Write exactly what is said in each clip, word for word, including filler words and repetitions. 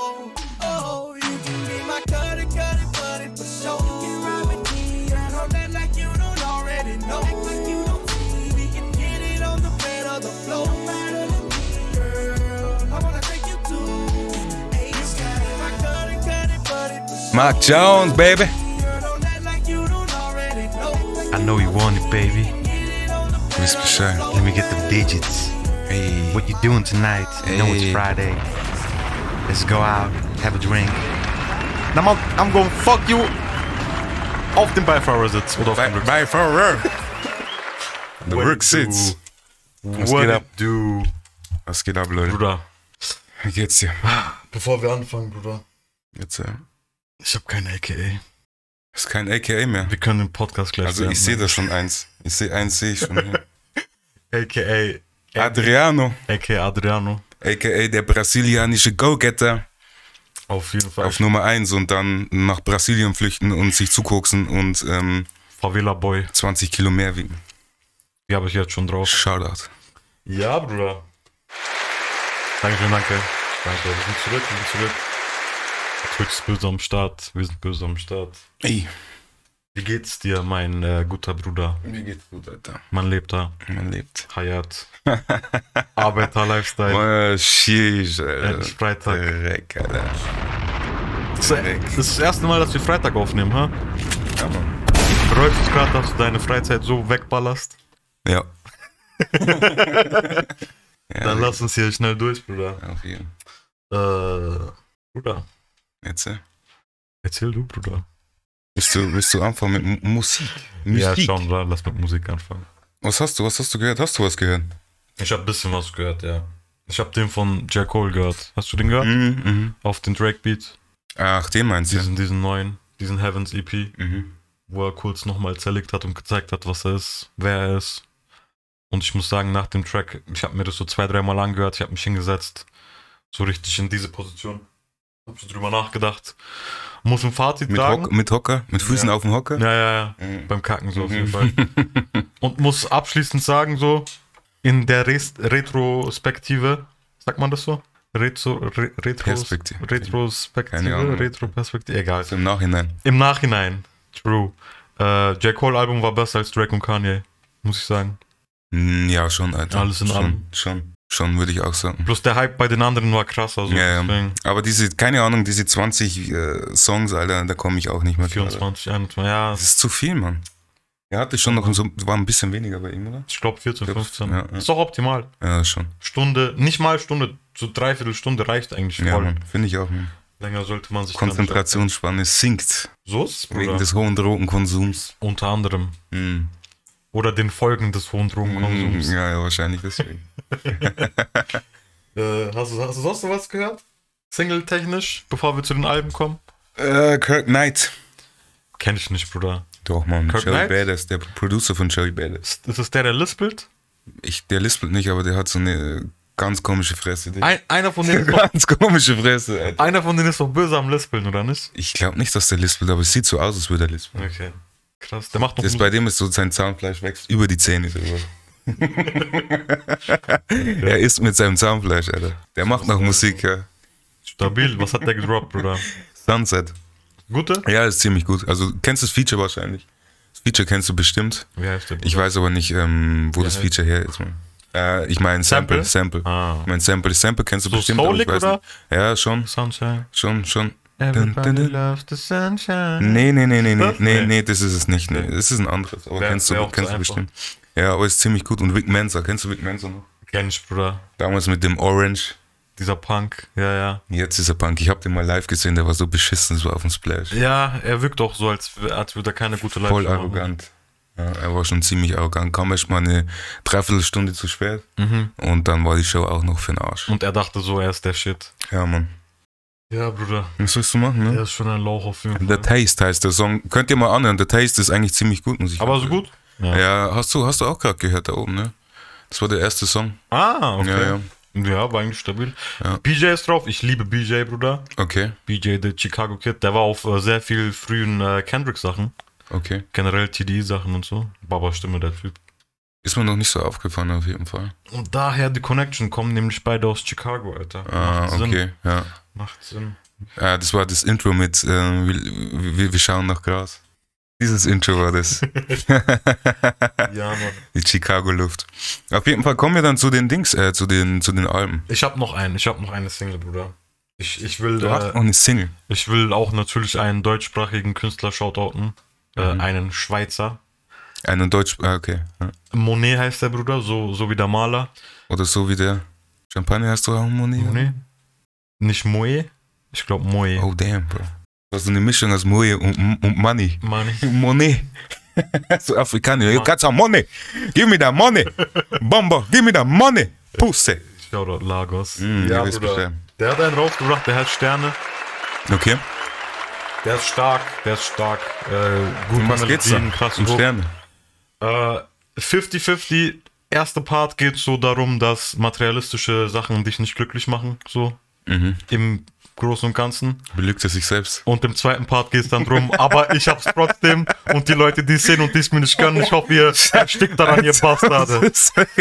oh, oh, you can be my cutie, cutie, buddy for sure. You can ride with me, I know that like you don't already know. Act like you don't see, we can get it on the bed or the floor. No matter the me, girl, I wanna take you to a sky. My cutie, cutie, buddy for sure. Mark Jones, baby. I know you want it, baby. Wisst Bescheid. Let me get the digits. Hey. What you doing tonight? You know it's Hey. Friday. Let's go out, have a drink. I'm, out, I'm going fuck you auf dem Beifahrersitz oder auf dem Rücksitz. Beifahrer. The What Rücksitz. Was What geht it ab? do? Was geht ab, Leute? Bruder, Wie geht's dir? bevor wir anfangen, Bruder. Jetzt, äh, Ich hab kein A K A. ist kein A K A mehr. Wir können den Podcast gleich Also ich sehe da schon eins. Ich sehe eins, sehe ich schon. A K A Adriano. A K A Adriano. A K A der brasilianische Go-Getter. Auf jeden Fall. Auf Nummer eins und dann nach Brasilien flüchten und sich zukoksen und ähm, Favela Boy. zwanzig Kilo mehr wiegen. Die habe ich jetzt schon drauf. Shoutout. Ja, Bruder. Dankeschön, danke. Danke, wir sind zurück, wir sind zurück. Twitch ist böse am Start, wir sind böse am Start. Ey. Wie geht's dir, mein äh, guter Bruder? Mir geht's gut, Alter. Man lebt da. Man lebt. Hayat. Arbeiter-Lifestyle. Oh, sheesh, Alter. Endlich Freitag. Dreck, Alter. Das ist das ist das erste Mal, dass wir Freitag aufnehmen, ha? Ja, Mann. Bereust du es gerade, dass du deine Freizeit so wegballerst? Ja. Dann lass uns hier schnell durch, Bruder. Auf jeden Äh, Bruder. Jetzt, äh, Erzähl du, Bruder. willst du, willst du anfangen mit M- Musik? Ja, Musik? schauen wir, lass mit Musik anfangen. Was hast du, was hast du gehört? Hast du was gehört? Ich hab ein bisschen was gehört, ja. Ich hab den von J. Cole gehört. Hast du den gehört? Mhm, mhm. Auf den Drake-Beat. Ach, den meinst du? Diesen, diesen neuen, diesen Heavens E P, Mhm. wo er kurz nochmal zerlegt hat und gezeigt hat, was er ist, wer er ist. Und ich muss sagen, nach dem Track, ich habe mir das so zwei, dreimal angehört, ich habe mich hingesetzt, so richtig in diese Position. Hab so drüber nachgedacht. Muss ein Fazit Mit, sagen. Hock, mit Hocker? Mit Füßen Ja. auf dem Hocker? Ja, ja, ja. Mhm. Beim Kacken so auf jeden Mhm. Fall. Und muss abschließend sagen, so, in der Res- Retrospektive, sagt man das so? Retro, Re- Retros, Perspektive. Keine Retrospektive, Ahnung. Retroperspektive, egal. Also im Nachhinein. Im Nachhinein, true. Äh, J. Cole Album war besser als Drake und Kanye, muss ich sagen. Mm, Ja, schon, Alter. Alles in schon, allem. Schon, schon, würde ich auch sagen. Plus der Hype bei den anderen war krasser. So Ja, ja. deswegen Aber diese, keine Ahnung, diese zwanzig äh, Songs, Alter, da komme ich auch nicht mehr klar. vierundzwanzig, einundzwanzig, ja, Das ist zu viel, Mann. Er hatte schon noch so, war ein bisschen weniger bei ihm, oder? ich glaube vierzehn, Ich glaub, fünfzehn. ja, ja. Ist doch optimal. Ja, schon. Stunde, nicht mal Stunde, so dreiviertel Stunde reicht eigentlich Ja, voll. Mann, finde ich auch. Mann. Länger sollte man sich gar nicht Konzentrationsspanne sinkt aufhalten. So ist es, wegen Bruder. des hohen Drogenkonsums. Unter anderem. Mm. Oder den Folgen des hohen Drogenkonsums. Mm, Ja, ja, wahrscheinlich deswegen. Äh, hast, du, hast du sonst noch was gehört? Single-technisch, bevor wir zu den Alben kommen? äh, Kirk Knight. Kenn ich nicht, Bruder. Doch, Mann. Kirk Joey Knight? Badass, der Producer von Joey Badass. Ist, ist das der, der lispelt? Ich, der lispelt nicht, aber der hat so eine ganz komische Fresse. Der Ein, einer, von denen ist doch, ganz komische Fresse, Alter. einer von denen ist doch böse am Lispeln, oder nicht? Ich glaube nicht, dass der lispelt, aber es sieht so aus, als würde er lispeln. Okay. Krass. Der macht doch Das Musik. bei dem ist so, sein Zahnfleisch wächst über die Zähne. So. Er isst mit seinem Zahnfleisch, Alter. Der macht noch Musik, ja. Stabil. Was hat der gedroppt, Bruder? Sunset. Gute? Ja, ist ziemlich gut. Also, kennst du das Feature wahrscheinlich? Das Feature kennst du bestimmt. Wie heißt der? Bruder? Ich weiß aber nicht, ähm, wo Wie das heißt- Feature her ist, man. Äh, ich meine Sample, Sample? Sample. Ah. Ich meine Sample, Sample kennst du So bestimmt. aber ich soulig, weiß oder? nicht. Ja, schon, Sunshine. schon, schon. Everybody Dun, dun, dun. loves the sunshine. Nee, nee, nee, nee, nee, Das? nee, Nee. nee, das ist es nicht. Nee. Das ist ein anderes, aber Wär- kennst wär du, auch zu kennst du einfach. bestimmt. Ja, aber ist ziemlich gut. Und Vic Mensa, kennst du Vic Mensa noch? Kenn ich, Bruder. Damals mit dem Orange. Dieser Punk. Ja, ja. Jetzt ist er Punk. Ich hab den mal live gesehen, der war so beschissen, so auf dem Splash. Ja, er wirkt auch so, als, als würde er keine gute Leistung Voll machen. arrogant. Ja, er war schon ziemlich arrogant. Kam erst mal eine Dreiviertelstunde zu spät. Mhm. Und dann war die Show auch noch für den Arsch. Und er dachte so, er ist der Shit. Ja, Mann. Ja, Bruder. Was sollst du machen, Er ne? ist schon ein Lauch auf jeden The Fall. Taste heißt der Song. Könnt ihr mal anhören. The Taste ist eigentlich ziemlich gut, muss ich Aber so sagen. gut? Ja. Ja, hast du, hast du auch gerade gehört da oben, ne? Das war der erste Song. Ah, okay. Ja, Ja, ja. war eigentlich stabil. Ja. B J ist drauf. Ich liebe B J, Bruder. Okay, B J, der Chicago Kid. Der war auf äh, sehr viel frühen äh, Kendrick-Sachen. okay. Generell T D-Sachen und so. Baba-Stimme, der Typ. Ist mir noch nicht so aufgefallen, auf jeden Fall. Und daher die Connection kommen nämlich beide aus Chicago, Alter. Ah, Macht Sinn. okay, ja. Macht Sinn. Ah, das war das Intro mit äh, wir, wir schauen nach Gras. Dieses Intro war das. Ja, Mann. Die Chicago-Luft. Auf jeden Fall kommen wir dann zu den Dings, äh, zu den, zu den Alben. Ich hab noch einen, ich hab noch eine Single, Bruder. Ich, ich will Du hast äh, noch eine Single. ich will auch natürlich einen deutschsprachigen Künstler shoutouten. Äh, Mhm. einen Schweizer. Einen Deutsch, ah, okay. Ja. Monet heißt der Bruder, so, so wie der Maler. Oder so wie der Champagner heißt du auch Monet? Monet? Nicht Moe? Ich glaube Moe. Oh damn, Bro. Das ist eine Mischung aus Moe und, und Money. Money. Monet. So Afrikaner. You got some money. Give me that money. Bomber, give me that money. Pussy. Shoutout Lagos. Mm, ja, ihr wisst Bruder. Bescheid. Der hat einen rausgebracht, der hat Sterne. Okay. Der ist stark, der ist stark. Äh, gute Um was geht's da? Melodien, krasse Um Hook. Sterne. Äh, fünfzig fünfzig, erster Part geht so darum, dass materialistische Sachen dich nicht glücklich machen, so Mhm. im Großen und Ganzen. Belügt er sich selbst. Und im zweiten Part geht es dann drum, aber ich hab's trotzdem und die Leute, die es sehen und die es mir nicht gönnen, ich hoffe, ihr erstickt daran, ihr Bastarde.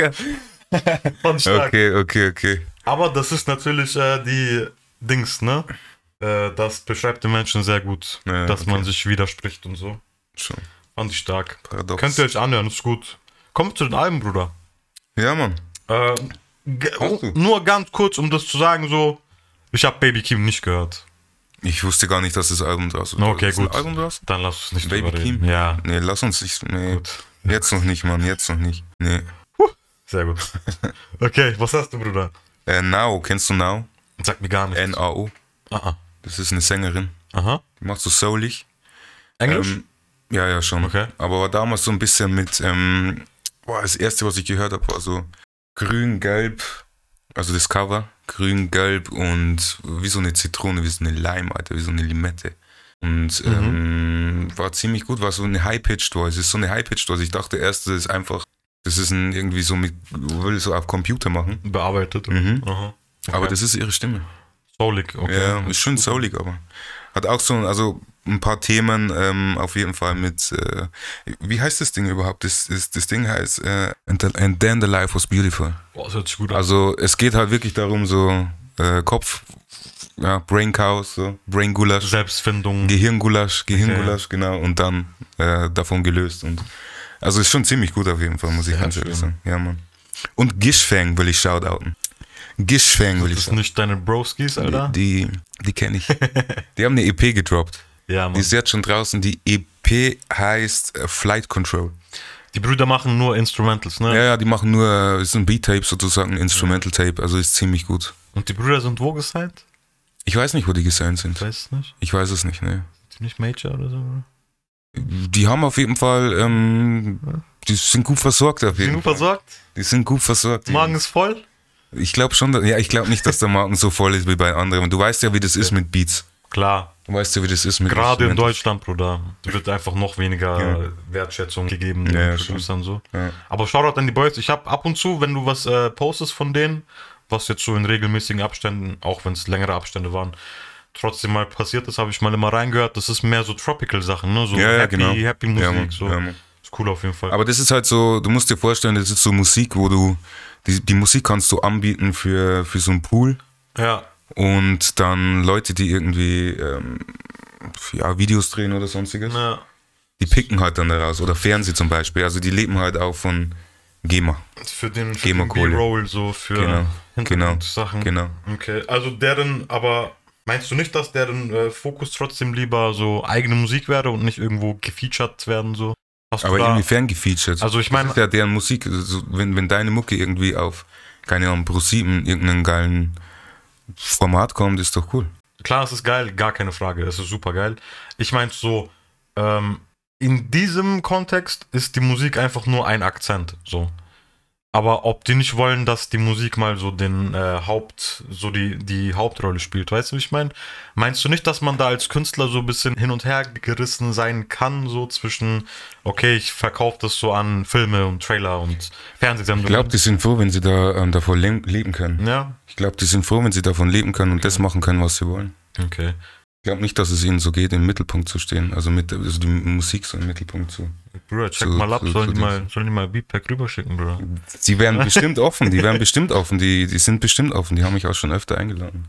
Fand ich stark. Okay, okay, okay. Aber das ist natürlich äh, die Dings, ne? Äh, das beschreibt den Menschen sehr gut, Ja, dass okay. man sich widerspricht und so. Schon. Fand ich stark. Paradox. Könnt ihr euch anhören, ist gut. Kommt zu den Alben, Bruder. Ja, Mann. Äh, ge- Hast du? nur ganz kurz, um das zu sagen, so, ich habe Baby Keem nicht gehört. Ich wusste gar nicht, dass das Album draußen ist. Okay, Ist ein gut. Album draußen? Dann lass uns nicht Baby drüber reden. Keem? Ja, Nee, lass uns nicht. Nee. gut. Jetzt noch nicht, Mann. Jetzt noch nicht. Nee. Sehr gut. Okay, was hast du, Bruder? Äh, Now, kennst du Now? Sag mir gar nichts. N A O. Aha. Das ist eine Sängerin. Aha. Die macht so soulig. Englisch? Ähm, ja, ja, schon. Okay. Aber war damals so ein bisschen mit, ähm, boah, das erste, was ich gehört habe, war so grün, gelb, also das Cover, grün, gelb und wie so eine Zitrone, wie so eine Lime, Alter, wie so eine Limette. Und Mhm. ähm, war ziemlich gut, war so eine High-Pitched Voice. Es ist so eine High-Pitched Voice. Ich dachte erst, das ist einfach, das ist ein, irgendwie so mit, will so auf Computer machen. Bearbeitet. Mhm. Aha. Okay. Aber das ist ihre Stimme. Soulig, okay. Ja, ist schön soulig, aber hat auch so, also ein paar Themen ähm, auf jeden Fall mit, äh, wie heißt das Ding überhaupt? Das, das, das Ding heißt äh, and, the, and Then the Life Was Beautiful. Boah, das hört sich gut an. Also es geht halt wirklich darum, so äh, Kopf, ja, Brain Chaos, so, Brain Gulasch, Selbstfindung. Gehirngulasch, Gehirngulasch, genau, und dann äh, davon gelöst. Und also ist schon ziemlich gut auf jeden Fall, muss ich Sehr ganz ehrlich schön. sagen. Ja, Mann. Und Gishfang will ich shoutouten. Gishfang will Das ich ist shoutouten. nicht deine Broskis, Alter? Die, die kenne ich. Die haben eine E P gedroppt. Ja, Die Mann. ist jetzt schon draußen. Die E P heißt äh, Flight Control. Die Brüder machen nur Instrumentals, ne? Ja, ja, die machen nur, äh, ist ein Beat-Tape sozusagen, ein Instrumental-Tape, also ist ziemlich gut. Und die Brüder sind wo gesigned? Ich weiß nicht, wo die gesigned Ich sind. weiß es nicht. Ich weiß es nicht, ne. Sind die nicht Major oder so? Oder? Die haben auf jeden Fall, ähm, die sind gut versorgt auf Sind jeden gut Fall. versorgt? Die sind gut versorgt. die Magen Jungs. ist voll? Ich glaube schon, dass, ja, ich glaube nicht, dass der Magen so voll ist wie bei anderen. Du weißt ja, wie das ist mit Beats. Klar. Du weißt ja, wie das ist mit Gerade in Instrumenten. Deutschland, Bruder. Wird einfach noch weniger Ja. Wertschätzung gegeben den Ja, ja, Producern so. Ja. Aber Shoutout an die Boys. Ich habe ab und zu, wenn du was äh, postest von denen, was jetzt so in regelmäßigen Abständen, auch wenn es längere Abstände waren, trotzdem mal passiert ist, habe ich mal immer reingehört. Das ist mehr so Tropical-Sachen, ne? So Ja, ja, Happy, genau. Happy Musik. Ja, Mann. so. Ja, Mann. Ist cool auf jeden Fall. Aber das ist halt so, du musst dir vorstellen, das ist so Musik, wo du, die, die Musik kannst du anbieten für, für so einen Pool ja. und dann Leute, die irgendwie ähm, ja, Videos drehen oder sonstiges, ja. die picken halt dann daraus. Oder Fernsehen zum Beispiel, also die leben halt auch von GEMA. Für den, für Geh mal den Kohle. B-Roll, so für Genau, Hintergrundsachen. Genau. Okay, also deren, aber meinst du nicht, dass deren äh, Fokus trotzdem lieber so eigene Musik wäre und nicht irgendwo gefeatured werden so? Hast du Aber da, inwiefern gefeatured? Also ich meine- das ist ja deren Musik, also wenn, wenn deine Mucke irgendwie auf, keine Ahnung, Pro sieben irgendeinen geilen Format kommt, ist doch cool. klar, es ist geil, gar keine Frage, es ist super geil. Ich meine so, ähm, in diesem Kontext ist die Musik einfach nur ein Akzent, so. Aber ob die nicht wollen, dass die Musik mal so den äh, Haupt, so die, die Hauptrolle spielt, weißt du, wie ich meine? Meinst du nicht, dass man da als Künstler so ein bisschen hin und her gerissen sein kann, so zwischen, okay, ich verkaufe das so an Filme und Trailer und Fernsehsendungen? Ich glaube, die sind froh, wenn sie da ähm, davon le leben können. Ja, Ich glaube, die sind froh, wenn sie davon leben können und das machen können, was sie wollen. okay. Ich glaube nicht, dass es ihnen so geht, im Mittelpunkt zu stehen. Also, mit, also die Musik so im Mittelpunkt zu. Bruder, check So- mal ab, so- sollen so die mal, Dings. sollen die mal Beatpack rüberschicken, Bruder? Sie wären bestimmt offen, die wären bestimmt offen, die, die sind bestimmt offen, die haben mich auch schon öfter eingeladen. Ja?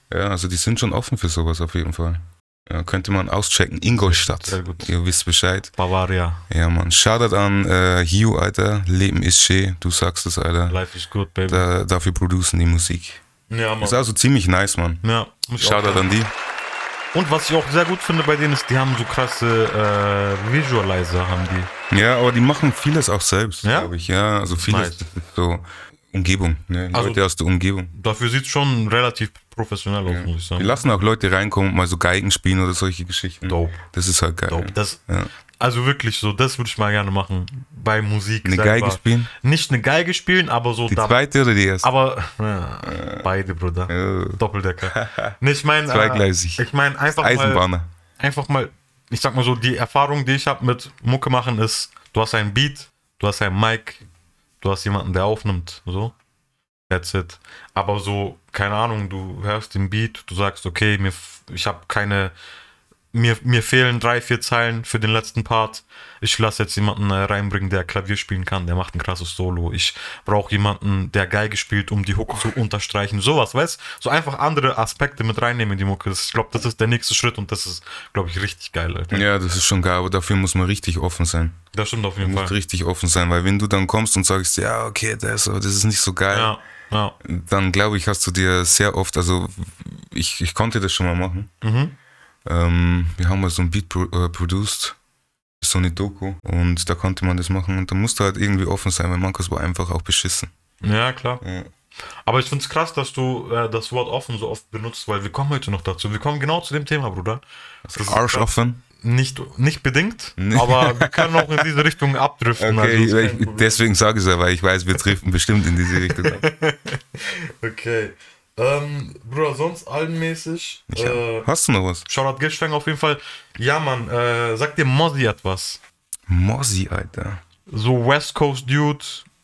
Ja, also die sind schon offen für sowas auf jeden Fall. Ja, könnte man auschecken. Ingolstadt. Sehr gut. Ihr wisst Bescheid. Bavaria. Ja, Mann. Shoutout an äh, Hugh, Alter. Leben ist schön. Du sagst es, Alter. Life is good, baby. Da, dafür producen die Musik. Ja, Mann. Ist also ziemlich nice, Mann. Ja, muss ich auch Shoutout sagen. an die. Und was ich auch sehr gut finde bei denen ist, die haben so krasse äh, Visualizer, haben die. Ja, aber die machen vieles auch selbst, Ja? glaube ich. Ja, also vieles. Nice. So Umgebung, ne? Also- Leute aus der Umgebung. Dafür sieht es schon relativ professionell aus, muss ich Die sagen. lassen auch Leute reinkommen und mal so Geigen spielen oder solche Geschichten. Dope. Das ist halt geil. Dope. Das, Ja. Also wirklich so, das würde ich mal gerne machen. Bei Musik Eine selber. Geige spielen? Nicht eine Geige spielen, aber so Die da. zweite oder die erste? Aber ja, beide, Bruder. Ja. Doppeldecker. Nee, ich meine, Zweigleisig. äh, ich meine einfach mal, Eisenbahner. einfach mal, ich sag mal so, die Erfahrung, die ich habe mit Mucke machen ist, du hast einen Beat, du hast einen Mic, du hast jemanden, der aufnimmt, so. That's it. Aber so, keine Ahnung, du hörst den Beat, du sagst, okay, mir, f- ich habe keine, mir, mir fehlen drei, vier Zeilen für den letzten Part. Ich lasse jetzt jemanden äh, reinbringen, der Klavier spielen kann, der macht ein krasses Solo. Ich brauche jemanden, der Geige spielt, um die Hook zu unterstreichen. Sowas, weißt du? So einfach andere Aspekte mit reinnehmen in die Mucke. Das, ich glaube, das ist der nächste Schritt und das ist, glaube ich, richtig geil, Alter. Ja, das ist schon geil, aber dafür muss man richtig offen sein. Das stimmt auf Du jeden musst Fall. richtig offen sein, weil wenn du dann kommst und sagst, ja, okay, das, aber das ist nicht so geil, Ja, ja. dann glaube ich, hast du dir sehr oft, also ich, ich konnte das schon mal machen. Mhm. Ähm, wir haben mal so ein Beat pro, äh, produced, so eine Doku, und da konnte man das machen und da musst du halt irgendwie offen sein, weil manches war einfach auch beschissen. Ja, klar. Ja. Aber ich finde es krass, dass du äh, das Wort offen so oft benutzt, weil wir kommen heute noch dazu. Wir kommen genau zu dem Thema, Bruder. Das ist Arsch krass. offen. Nicht, nicht bedingt, Nee. aber wir können auch in diese Richtung abdriften. Okay, also ist kein ich, Problem. deswegen sage ich es ja, weil ich weiß, wir driften bestimmt in diese Richtung. Okay. Ähm, Bruder, sonst allenmäßig. Ja. Äh, Hast du noch was? Shoutout Gischwang auf jeden Fall. Ja, Mann, äh, sagt dir Mozzie etwas? Mozzie, Alter. So West Coast Dude,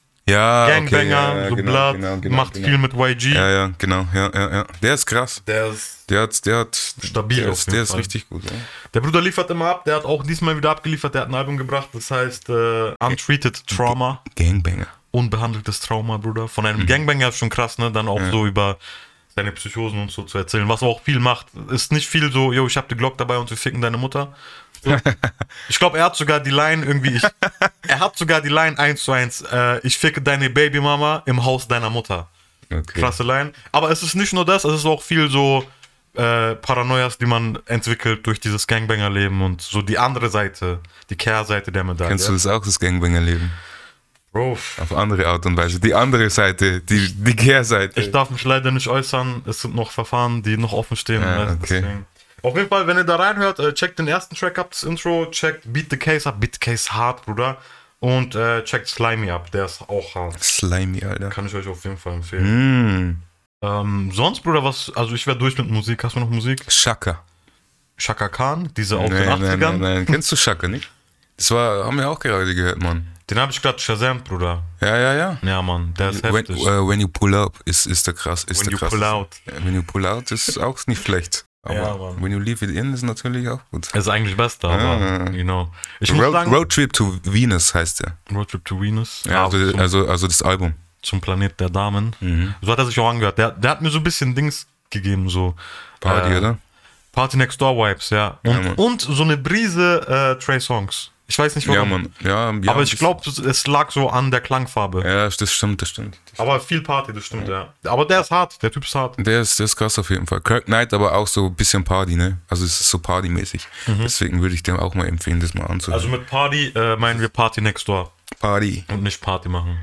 Ja, Gangbanger, okay, ja, ja, so genau, Blood, genau, genau, macht genau. viel mit Y G. Ja, ja, genau, ja, ja, ja. Der ist krass. Der ist Der hat, der hat, Stabil der auf ist, jeden der ist Fall. richtig gut. Ja. Der Bruder liefert immer ab, der hat auch diesmal wieder abgeliefert, der hat ein Album gebracht, das heißt äh, Untreated Trauma, Gangbanger. unbehandeltes Trauma, Bruder. Von einem Gangbanger ist schon krass, ne? Dann auch Ja. so über seine Psychosen und so zu erzählen. Was er auch viel macht, ist nicht viel so, yo, ich hab die Glock dabei und wir ficken deine Mutter. So. Ich glaube, er hat sogar die Line irgendwie, ich, er hat sogar die Line eins zu eins, äh, ich ficke deine Babymama im Haus deiner Mutter. Okay. Krasse Line. Aber es ist nicht nur das, es ist auch viel so äh, Paranoias, die man entwickelt durch dieses Gangbanger-Leben und so die andere Seite, die Kehrseite der Medaille. Kennst du das auch, das Gangbanger-Leben? Bro, Auf andere Art und Weise. Die andere Seite, die, die Kehrseite. ich darf mich leider nicht äußern, es sind noch Verfahren, die noch offen stehen. Ja, ne? okay. Deswegen. Auf jeden Fall, wenn ihr da reinhört, äh, checkt den ersten Track ab, das Intro, checkt Beat the Case ab, Beat the Case hart, Bruder. Und äh, checkt Slimy ab, der ist auch hart. Slimy, Alter. Kann ich euch auf jeden Fall empfehlen. Mm. Ähm, sonst, Bruder, was, also ich werde durch mit Musik. Hast du noch Musik? Shaka. Chaka Khan, diese aus Nein, den nein, achtzigern. nein, nein. Kennst du Shaka nicht? Das war, haben wir auch gerade gehört, Mann. Den habe ich gerade Shazam, Bruder. Ja, ja, ja. Ja, Mann, der ist When, heftig. uh, when you pull up ist, ist der krass. Ist When der you krass. pull out. When you pull out ist auch nicht schlecht. Aber Ja, Mann. when you leave it in ist natürlich auch gut. Er ist eigentlich bester, aber, Ja. you know. Ich muss Road, sagen, Road Trip to Venus heißt der. Road Trip to Venus. Ja, also, zum, also, also das Album. zum Planet der Damen. Mhm. So hat er sich auch angehört. Der, der hat mir so ein bisschen Dings gegeben, so. Party, äh, oder? Party Next Door Vibes, ja. Und, Ja, Mann. und so eine Brise äh, Trey Songs. Ich weiß nicht warum. Ja, Mann. Ja, ja, aber ich das- glaube, es lag so an der Klangfarbe. Ja, das stimmt, das stimmt. Aber viel Party, das stimmt, ja. Aber der ist hart, der Typ ist hart. Der ist, der ist krass auf jeden Fall. Kirk Knight, aber auch so ein bisschen Party, ne? Also es ist so partymäßig. Deswegen würde ich dem auch mal empfehlen, das mal anzuhören. Also mit Party äh, meinen wir Party Next Door. Party. Und nicht Party machen.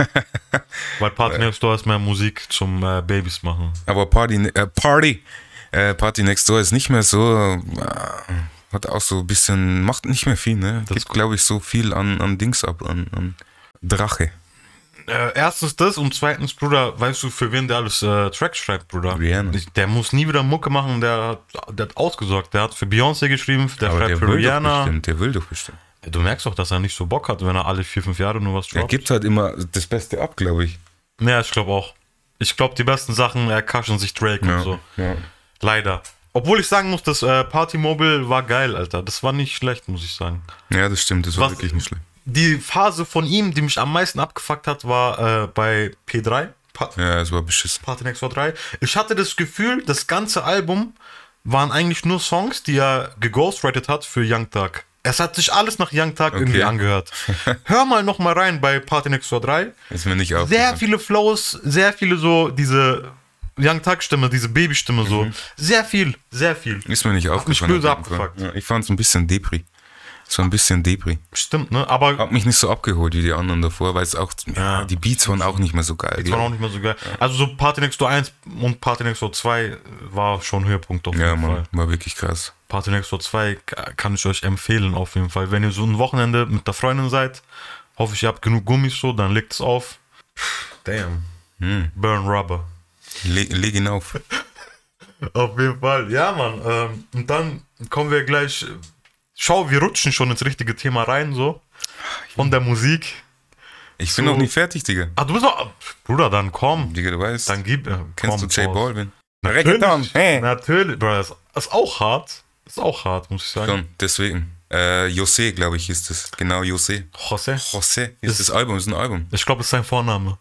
Weil Party Next Door ist mehr Musik zum äh, Babys machen. Aber Party, äh, Party, äh, Party Next Door ist nicht mehr so, äh, hat auch so ein bisschen, macht nicht mehr viel, ne? Das Gibt, glaube ich, so viel an, an Dings ab, an, an Drache. Äh, erstens das und zweitens, Bruder, weißt du, für wen der alles äh, Tracks schreibt, Bruder? Rihanna. Ich- Der muss nie wieder Mucke machen, der, hat- der hat ausgesorgt. Der hat für Beyoncé geschrieben, der Aber schreibt der für will doch Rihanna. bestimmt, der will doch bestimmt. Du merkst doch, dass er nicht so Bock hat, wenn er alle vier, fünf Jahre nur was Er droppt. gibt halt immer das Beste ab, glaube ich. Ja, ich glaube auch. Ich glaube, die besten Sachen äh, kaschen sich Drake Ja, und so. ja. Leider. Obwohl ich sagen muss, das äh, Party Mobile war geil, Alter. Das war nicht schlecht, muss ich sagen. ja, das stimmt, das war Was- wirklich nicht schlecht. Die Phase von ihm, die mich am meisten abgefuckt hat, war äh, bei P drei. Pa- Ja, es war beschissen. Party Next Door drei. Ich hatte das Gefühl, das ganze Album waren eigentlich nur Songs, die er geghostwritet hat für Young Thug. Es hat sich alles nach Young Thug Okay. irgendwie angehört. Hör mal noch mal rein bei Party Next Door drei. Ist mir nicht aufgefallen. Sehr viele Flows, sehr viele so, diese Young Thug-Stimme, diese Babystimme so. Mhm. Sehr viel, sehr viel. Ist mir nicht mich aufgefallen. böse auf jeden Fall. abgefuckt. Ja, ich fand es ein bisschen Depri. Es war ein bisschen Depri. Stimmt, ne? Aber Hat mich nicht so abgeholt wie die anderen davor, weil es auch, ja, die Beats waren auch nicht mehr so geil. das war auch nicht mehr so geil. Also so Party Next Door eins und Party Next Door zwei war schon Höhepunkt auf jeden Ja, Fall. Mann, war wirklich krass. Party Next Door zwei ka- kann ich euch empfehlen auf jeden Fall. Wenn ihr so ein Wochenende mit der Freundin seid, hoffe ich, ihr habt genug Gummis so, dann legt es auf. Damn. Hm. Burn Rubber. Le leg ihn auf. Auf jeden Fall. Ja, Mann. Ähm, und dann kommen wir gleich. Schau, wir rutschen schon ins richtige Thema rein, so. Von der Musik. Ich bin So. noch nicht fertig, Digga. Ah, du bist noch. Bruder, dann komm. Digga, du weißt. Dann gib. Äh, Kennst komm, du J raus. Balvin? Natürlich. Reggaeton, hey. Natürlich, Bro. Das ist auch hart. Ist auch hart, muss ich sagen. Schon, deswegen. Äh, José, glaube ich, ist das. Genau, José. José. José ist das Album, ist ein Album. Ich glaube, es ist sein Vorname.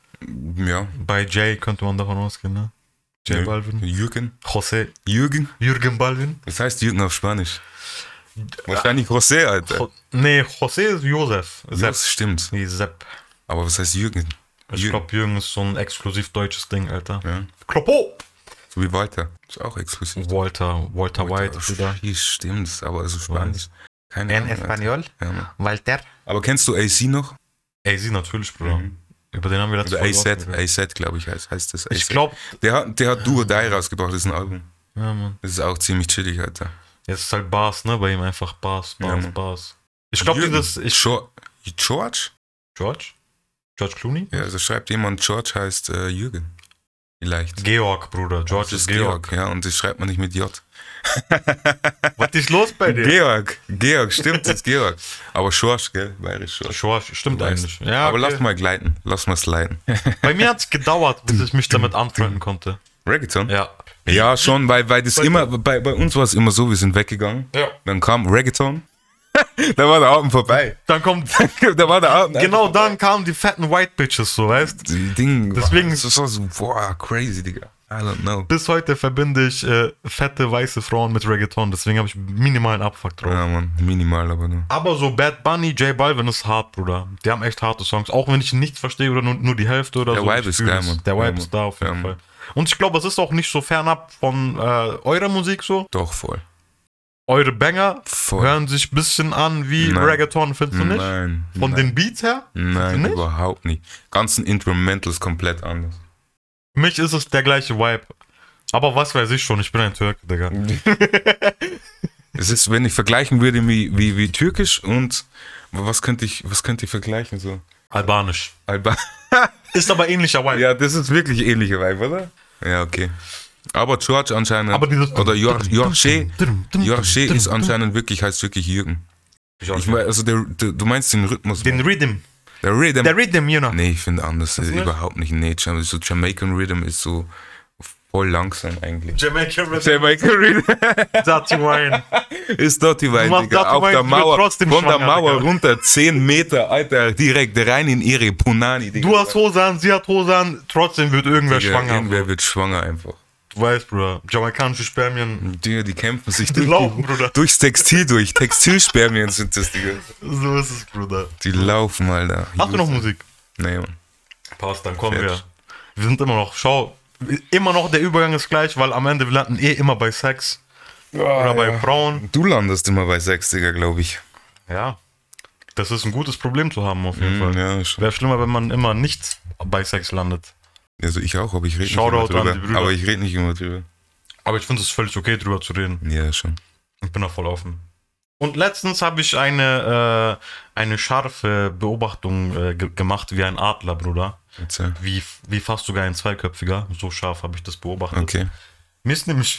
Ja. Bei Jay könnte man davon ausgehen, ne? J Jö- Balvin. Jürgen. José. Jürgen? Jürgen Balvin. Was heißt Jürgen auf Spanisch? Wahrscheinlich José, Alter. Jo nee, José ist Josef. Sepp. Das stimmt. Nee, Sepp. Aber was heißt Jürgen? Ich Jürgen. glaube, Jürgen ist so ein exklusiv deutsches Ding, Alter. Ja. Kloppo! So wie Walter. Ist auch exklusiv. Walter, Walter White, Bruder. Hier stimmt, aber also Spanisch. Keine En Ahnung, Alter. Español? Ja, Mann. Walter? Aber kennst du A C noch? Ey, sie natürlich, Bruder. Mhm. Über den haben wir letztes Oder Mal A Z, A Z, glaube ich, heißt, heißt das. Ich A Z. glaube, Der hat, der hat Do or Die rausgebracht, das ist ein Album. ja, Mann. Das ist auch ziemlich chillig, Alter. Jetzt ist halt Bars, ne? Bei ihm einfach Bars, Ja, Bars, Mann. Bars. Ich glaube, Jürgen. dieses. Ich, Jo- George? George? George Clooney? Ja, also schreibt jemand, George heißt äh, Jürgen. Vielleicht. Georg, Bruder. George Das ist Georg. Ja, und das schreibt man nicht mit J. Was ist los bei dir? Georg, Georg, stimmt, das ist Georg. Aber Schorsch, gell? Bayerisch Schorsch. George, stimmt Du weißt. eigentlich. Ja, Aber okay. lass mal gleiten, lass mal sliden. Bei mir hat es gedauert, bis ich mich damit anfreunden konnte. Reggaeton? Ja. Ja, schon, weil, weil das Bei- immer, bei, bei uns war es immer so, wir sind weggegangen, Ja. dann kam Reggaeton, da war der Abend vorbei. Dann kommt. Da war der Abend Genau dann kamen die fetten White Bitches, so, weißt du? Die Ding, Deswegen- das war so, boah, crazy, Digga. I don't know. Bis heute verbinde ich äh, fette weiße Frauen mit Reggaeton, deswegen habe ich minimalen Abfuck drauf. Ja, Mann, minimal, aber nur. Aber so Bad Bunny, J Balvin ist hart, Bruder. Die haben echt harte Songs, auch wenn ich nichts verstehe oder nur, nur die Hälfte oder Der so. Vibe ich ist fühl geil, es. Mann. Der Vibe Ja, ist Mann. da auf jeden Ja, Fall. Mann. Und ich glaube, es ist auch nicht so fernab von äh, eurer Musik so. Doch, voll. Eure Banger Voll. hören sich ein bisschen an wie Nein. Reggaeton, findest du nicht? Nein. Von nein. den Beats her? Nein, nicht? überhaupt nicht. Ganzen Instrumentals komplett anders. Für mich ist es der gleiche Vibe. Aber was weiß ich schon, ich bin ein Türke, Digga. Es ist, wenn ich vergleichen würde wie, wie, wie Türkisch und was könnte ich, was könnte ich vergleichen so? Albanisch. Alba. Ist aber ähnlicher Vibe. Ja, das ist wirklich ähnlicher Vibe, oder? Ja, okay. Aber George anscheinend, Aber dieses- oder Jor- Jorge, Jorge ist Den anscheinend wirklich, heißt wirklich Jürgen. Ich meine, also der, der, du meinst den Rhythmus. Rhythm. Der Rhythm. Der Rhythm, you know. Nee, ich finde anders. nicht? Überhaupt nicht. Nee, Jam- so Jamaican Rhythm ist so voll langsam eigentlich. Jamaican Rhythm. Jamaican Rhythm Dirty Wine. ist dort die Wein, machst Digga. Dirty Auf Wine, der ich bin Mauer, trotzdem von der schwanger, Mauer Digga. runter, zehn Meter, Alter, direkt rein in ihre Punani, Digga. Du hast Hose an, sie hat Hose an, trotzdem wird irgendwer Digga, schwanger. Irgendwer wird schwanger einfach. Du weißt, Bruder, jamaikanische Spermien. Digga, die kämpfen sich Die durch, laufen, Bruder. durchs Textil durch. Textilspermien sind das, Digga. So ist es, Bruder. Die laufen, Alter. Hast du noch Musik? Nee, Mann. Passt, dann kommen wir. Fertig. Wir sind immer noch, schau, immer noch der Übergang ist gleich, weil am Ende wir landen eh immer bei Sex. Oder bei Frauen. Du landest immer bei sechs, Digga, glaube ich. Ja. Das ist ein gutes Problem zu haben, auf jeden Mhm, Fall. ja, schon. Wäre schlimmer, wenn man immer nicht bei Sex landet. Also ich auch, aber ich rede nicht Shoutout immer an die drüber. Brüder. Aber ich rede nicht immer drüber. Aber ich finde es völlig okay, drüber zu reden. Ja, schon. Ich bin da voll offen. Und letztens habe ich eine, äh, eine scharfe Beobachtung äh, ge gemacht wie ein Adler, Bruder. Erzähl. Wie, wie fast sogar ein Zweiköpfiger. So scharf habe ich das beobachtet. Okay. Mir ist nämlich...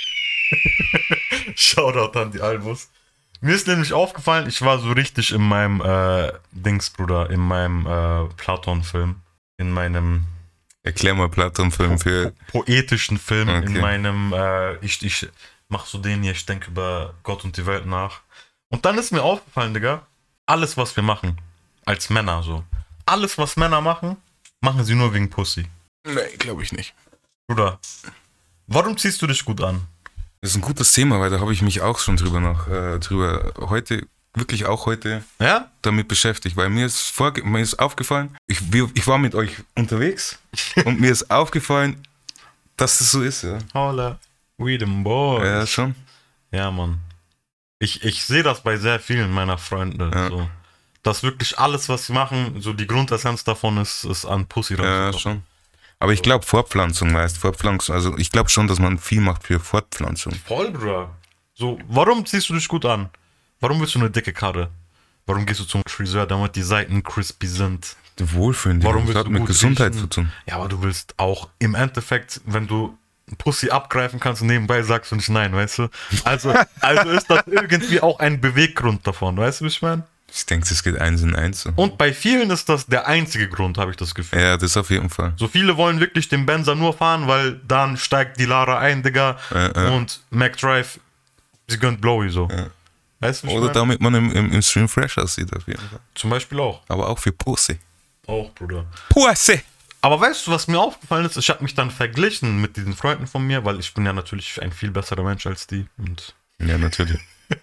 Shoutout an die Albus. Mir ist nämlich aufgefallen, ich war so richtig in meinem äh, Dings, Bruder, in meinem äh, Platon-Film. In meinem Erklär mal Platon-Film für... poetischen Film, Okay. in meinem, äh, ich, ich mach so den hier, ich denke über Gott und die Welt nach. Und dann ist mir aufgefallen, Digga, alles, was wir machen, als Männer so, alles, was Männer machen, machen sie nur wegen Pussy. Nee, glaube ich nicht. Bruder, warum ziehst du dich gut an? Das ist ein gutes Thema, weil da habe ich mich auch schon drüber noch, äh, drüber heute, wirklich auch heute Ja? damit beschäftigt, weil mir ist, vorge- mir ist aufgefallen, ich, wir, ich war mit euch unterwegs und mir ist aufgefallen, dass das so ist, ja. Holla, we them boys. Ja, schon. Ja, Mann. Ich, ich sehe das bei sehr vielen meiner Freunde. Ja. So. Dass wirklich alles, was sie machen, so die Grundessenz davon ist, ist an Pussy Ja, ranzukommen. schon. Aber ich glaube Fortpflanzung, weißt Fortpflanzung, also ich glaube schon, dass man viel macht für Fortpflanzung. Voll, Bruder. So, warum ziehst du dich gut an? Warum willst du eine dicke Karre? Warum gehst du zum Friseur, damit die Seiten crispy sind? Wohlfühlen, Warum das willst hat du mit gut Gesundheit riechen? zu tun. Ja, aber du willst auch im Endeffekt, wenn du Pussy abgreifen kannst und nebenbei sagst du nicht nein, weißt du? Also, also ist das irgendwie auch ein Beweggrund davon, weißt du, wie ich meine? Ich denke, das geht eins in eins. So. Und bei vielen ist das der einzige Grund, habe ich das Gefühl. Ja, das auf jeden Fall. So viele wollen wirklich den Benzer nur fahren, weil dann steigt die Lara ein, Digga, Äh, äh. und McDrive, sie gönnt Blowy so. Ja. Weißt du, wie ich Oder meine? damit man im, im, im Stream fresh aussieht, auf jeden Fall. Zum Beispiel auch. Aber auch für Pussy. Auch, Bruder. Pussy! Aber weißt du, was mir aufgefallen ist? Ich habe mich dann verglichen mit diesen Freunden von mir, weil ich bin ja natürlich ein viel besserer Mensch als die. Und Ja, natürlich.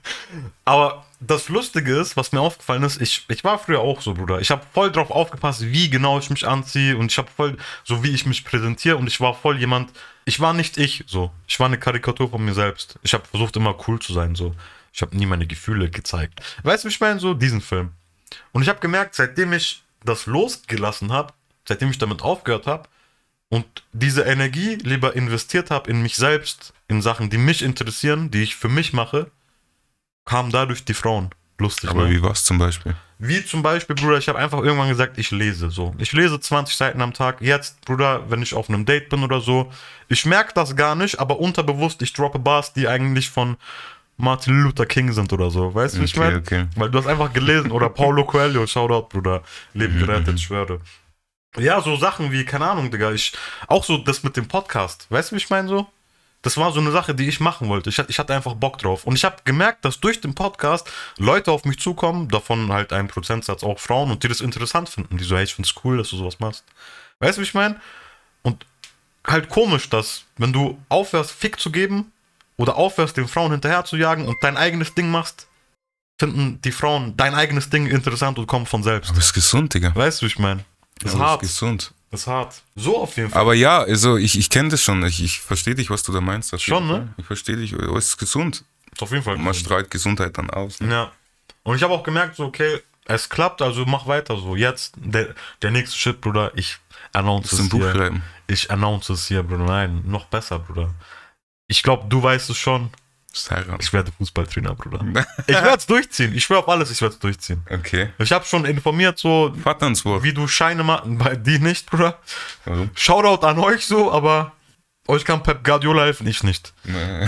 aber das Lustige ist, was mir aufgefallen ist, ich, ich war früher auch so, Bruder. Ich habe voll drauf aufgepasst, wie genau ich mich anziehe und ich habe voll, so wie ich mich präsentiere und ich war voll jemand, ich war nicht ich, so. Ich war eine Karikatur von mir selbst. Ich habe versucht, immer cool zu sein, so. Ich habe nie meine Gefühle gezeigt. Weißt du, wie ich meine? So diesen Film. Und ich habe gemerkt, seitdem ich das losgelassen habe, seitdem ich damit aufgehört habe und diese Energie lieber investiert habe in mich selbst, in Sachen, die mich interessieren, die ich für mich mache, kamen dadurch die Frauen. Lustig, Aber ne? wie war's zum Beispiel? Wie zum Beispiel, Bruder, ich habe einfach irgendwann gesagt, ich lese so. Ich lese zwanzig Seiten am Tag. Jetzt, Bruder, wenn ich auf einem Date bin oder so, ich merke das gar nicht, aber unterbewusst, ich droppe Bars, die eigentlich von Martin Luther King sind oder so. Weißt du, wie ich Okay, meine? okay. Weil du hast einfach gelesen. Oder Paulo Coelho, Shoutout, Bruder. Leben gerettet, ich schwöre. Ja, so Sachen wie, keine Ahnung, Digga. Ich, auch so das mit dem Podcast. Weißt du, wie ich meine so? Das war so eine Sache, die ich machen wollte. Ich, ich hatte einfach Bock drauf. Und ich habe gemerkt, dass durch den Podcast Leute auf mich zukommen, davon halt ein Prozentsatz auch Frauen, und die das interessant finden. Die so, hey, ich find's cool, dass du sowas machst. Weißt du, wie ich meine? Und halt komisch, dass, wenn du aufhörst, Fick zu geben oder aufhörst, den Frauen hinterher zu jagen und dein eigenes Ding machst, finden die Frauen dein eigenes Ding interessant und kommen von selbst. Aber ist gesund, Digga. Weißt du, wie ich meine? Das ist Aber hart. ist gesund. Das ist hart. So auf jeden Fall. Aber ja, also ich, ich kenne das schon. Ich, ich verstehe dich, was du da meinst. auf Schon, jeden ne? Fall. Ich verstehe dich. Aber es ist gesund. Ist auf jeden Fall Und man gesund. strahlt Gesundheit dann aus. Ne? Ja. Und ich habe auch gemerkt, so, okay, es klappt, also mach weiter so. Jetzt, der, der nächste Shit, Bruder, ich announce Das ist ein es Buch hier. schreiben. Ich announce es hier, Bruder. Nein, noch besser, Bruder. Ich glaube, du weißt es schon. Das ist heiraten. Ich werde Fußballtrainer, Bruder. Ich werde es durchziehen. Ich schwöre auf alles, ich werde es durchziehen. Okay. Ich habe schon informiert, so, Vater ins Wort. wie du Scheine machst. Bei die nicht, Bruder. Warum? Shoutout an euch so, aber euch kann Pep Guardiola helfen, ich nicht. Nee.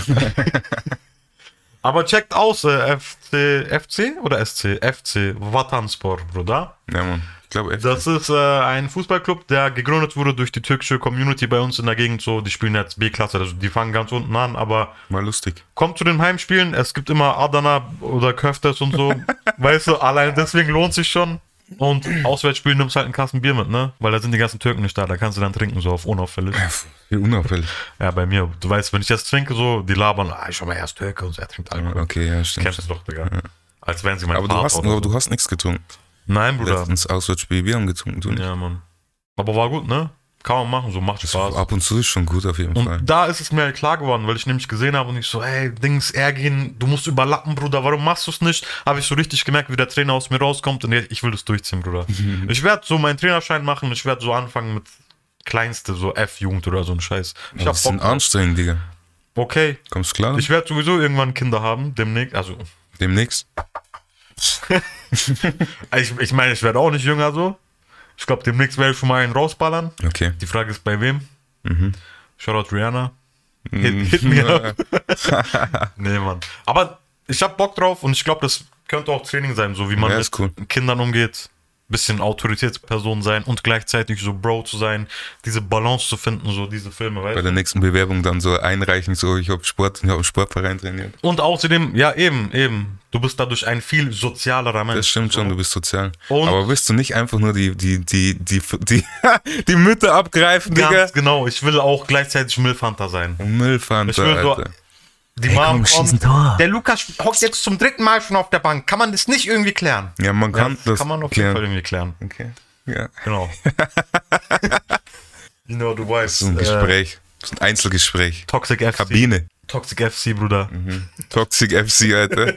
Aber checkt aus, äh, F C, F C oder S C? F C, Vatanspor, Bruder. Ja, Mann. Ich glaube, Das ist äh, ein Fußballclub, der gegründet wurde durch die türkische Community bei uns in der Gegend. So, die spielen jetzt B-Klasse, also die fangen ganz unten an, aber war lustig. kommt zu den Heimspielen. Es gibt immer Adana oder Köfters und so. Weißt du, allein deswegen lohnt sich schon. Und Auswärtsspielen nimmst halt einen Kasten Bier mit, ne? Weil da sind die ganzen Türken nicht da, da kannst du dann trinken, so auf unauffällig. Wie unauffällig. Ja, bei mir. Du weißt, wenn ich jetzt trinke, so, die labern, ah, ich schau mal, er ist Türke und so, er trinkt Alkohol. Okay, ja, stimmt. Kennst du doch, Digga. Als wären sie mein Aber du Vater hast, oder aber so. du hast nichts getrunken. Nein, Bruder. Letztens Auswärtsspiel, wir haben getrunken. Du nicht. Ja, Mann. Aber war gut, ne? Kann man machen, so macht Das Spaß. ab und zu ist schon gut auf jeden Und Fall. da ist es mir halt klar geworden, weil ich nämlich gesehen habe und ich so, ey, Dings, Ergin, du musst überlappen, Bruder, warum machst du es nicht? Habe ich so richtig gemerkt, wie der Trainer aus mir rauskommt und ich will das durchziehen, Bruder. Ich werde so meinen Trainerschein machen, ich werde so anfangen mit Kleinste, so F-Jugend oder so ein Scheiß. Ich Aber hab das Bock sind drauf. anstrengend, Digga. Okay, Kommst du klar? ich werde sowieso irgendwann Kinder haben, demnächst, also, Demnächst? ich, ich meine, ich werde auch nicht jünger so. Ich glaube, demnächst werde ich schon mal einen rausballern. Okay. Die Frage ist, bei wem? Mhm. Shoutout Rihanna. Hit, hit me up. Nee, Mann. Aber ich hab Bock drauf und ich glaube, das könnte auch Training sein, so wie man Ja, mit ist cool. Kindern umgeht. bisschen Autoritätsperson sein und gleichzeitig so Bro zu sein, diese Balance zu finden, so diese Filme, weißt Bei du? der nächsten Bewerbung dann so einreichen, so ich habe Sport, ich habe einen Sportverein trainiert. Und außerdem, ja eben, eben, du bist dadurch ein viel sozialerer Mensch. Das stimmt so. schon, du bist sozial. Und- Aber willst du nicht einfach nur die, die, die, die, die, die Mütter abgreifen, Digga? Ganz genau, ich will auch gleichzeitig Müllfanta sein. Müllfanta, Ich will so- Alter. Die Hey, Mom komm, schieß ein kommt, Tor. der Lukas hockt jetzt zum dritten Mal schon auf der Bank. Kann man das nicht irgendwie klären? Ja, man kann Ja, das kann man auf jeden Fall klären. irgendwie klären. Okay. Ja. Genau. you know, du weißt. So ein äh, Gespräch. So ein Einzelgespräch. Toxic F C. Kabine. Toxic F C, Bruder. Toxic F C, Alter.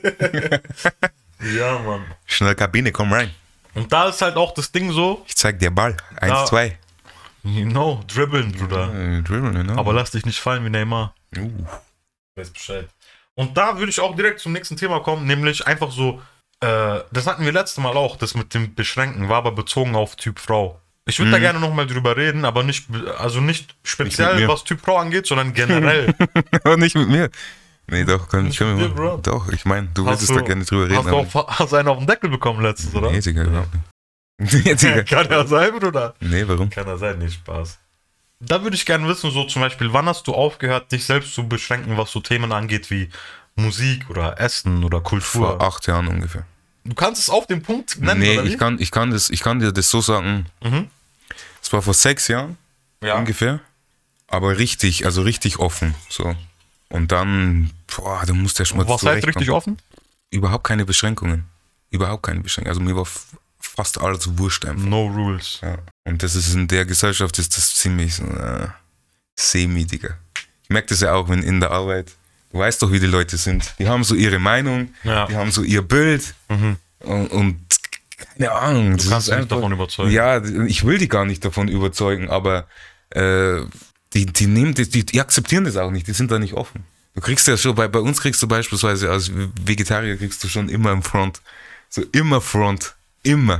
Ja, Mann. Schnell Kabine, komm rein. Und da ist halt auch das Ding so, Ich zeig dir Ball. Eins, Ja. zwei. you know, dribbeln, Bruder. Äh, Dribbeln, genau. Aber lass dich nicht fallen wie Neymar. Uh. Weiß Bescheid. Und da würde ich auch direkt zum nächsten Thema kommen, nämlich einfach so, äh, das hatten wir letztes Mal auch, das mit dem Beschränken, war aber bezogen auf Typ Frau. Ich würde da gerne nochmal drüber reden, aber nicht, also nicht speziell, mir. was Typ Frau angeht, sondern generell. Aber nicht mit mir. Nee, doch, kann, Nicht können mit wir dir, machen. Bro. Doch, ich meine, du Hast würdest du- da gerne drüber reden. Hast du auch hast einen auf den Deckel bekommen letztens, oder? Nee, Digga, überhaupt nicht. Nee, Digga. Kann ja sein, Bruder. Nee, warum? Kann ja sein, nicht Spaß. Da würde ich gerne wissen, so zum Beispiel, wann hast du aufgehört, dich selbst zu beschränken, was so Themen angeht wie Musik oder Essen oder Kultur? Vor acht Jahren ungefähr. Du kannst es auf den Punkt nennen, Nee, oder wie? ich kann, ich, kann das, ich kann dir das so sagen. Mhm. Es war vor sechs Jahren Ja. ungefähr. Aber richtig, also richtig offen. So. Und dann, boah, du musst ja schon mal Was heißt richtig zurechtkommen. offen? Überhaupt keine Beschränkungen. Überhaupt keine Beschränkungen. Also mir war f- fast alles wurscht einfach. No rules. Ja. Und das ist in der Gesellschaft ist das ziemlich so, äh, semi, Digga. Ich merke das ja auch, wenn in der Arbeit, du weißt doch, wie die Leute sind. Die haben so ihre Meinung, Ja. die haben so ihr Bild Mhm. und, und keine Ahnung. Du kannst dich nicht davon überzeugen. Ja, ich will die gar nicht davon überzeugen, aber äh, die, die nehmen das, die, die akzeptieren das auch nicht, die sind da nicht offen. Du kriegst ja schon, bei, bei uns kriegst du beispielsweise als Vegetarier kriegst du schon immer im Front. So immer Front. Immer.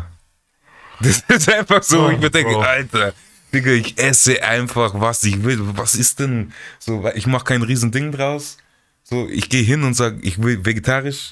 Das ist einfach so, Oh, ich mir denke, Bro. Alter, Digga, ich esse einfach, was ich will. Was ist denn so, weil ich mache kein Riesending draus. So, ich gehe hin und sage, ich will vegetarisch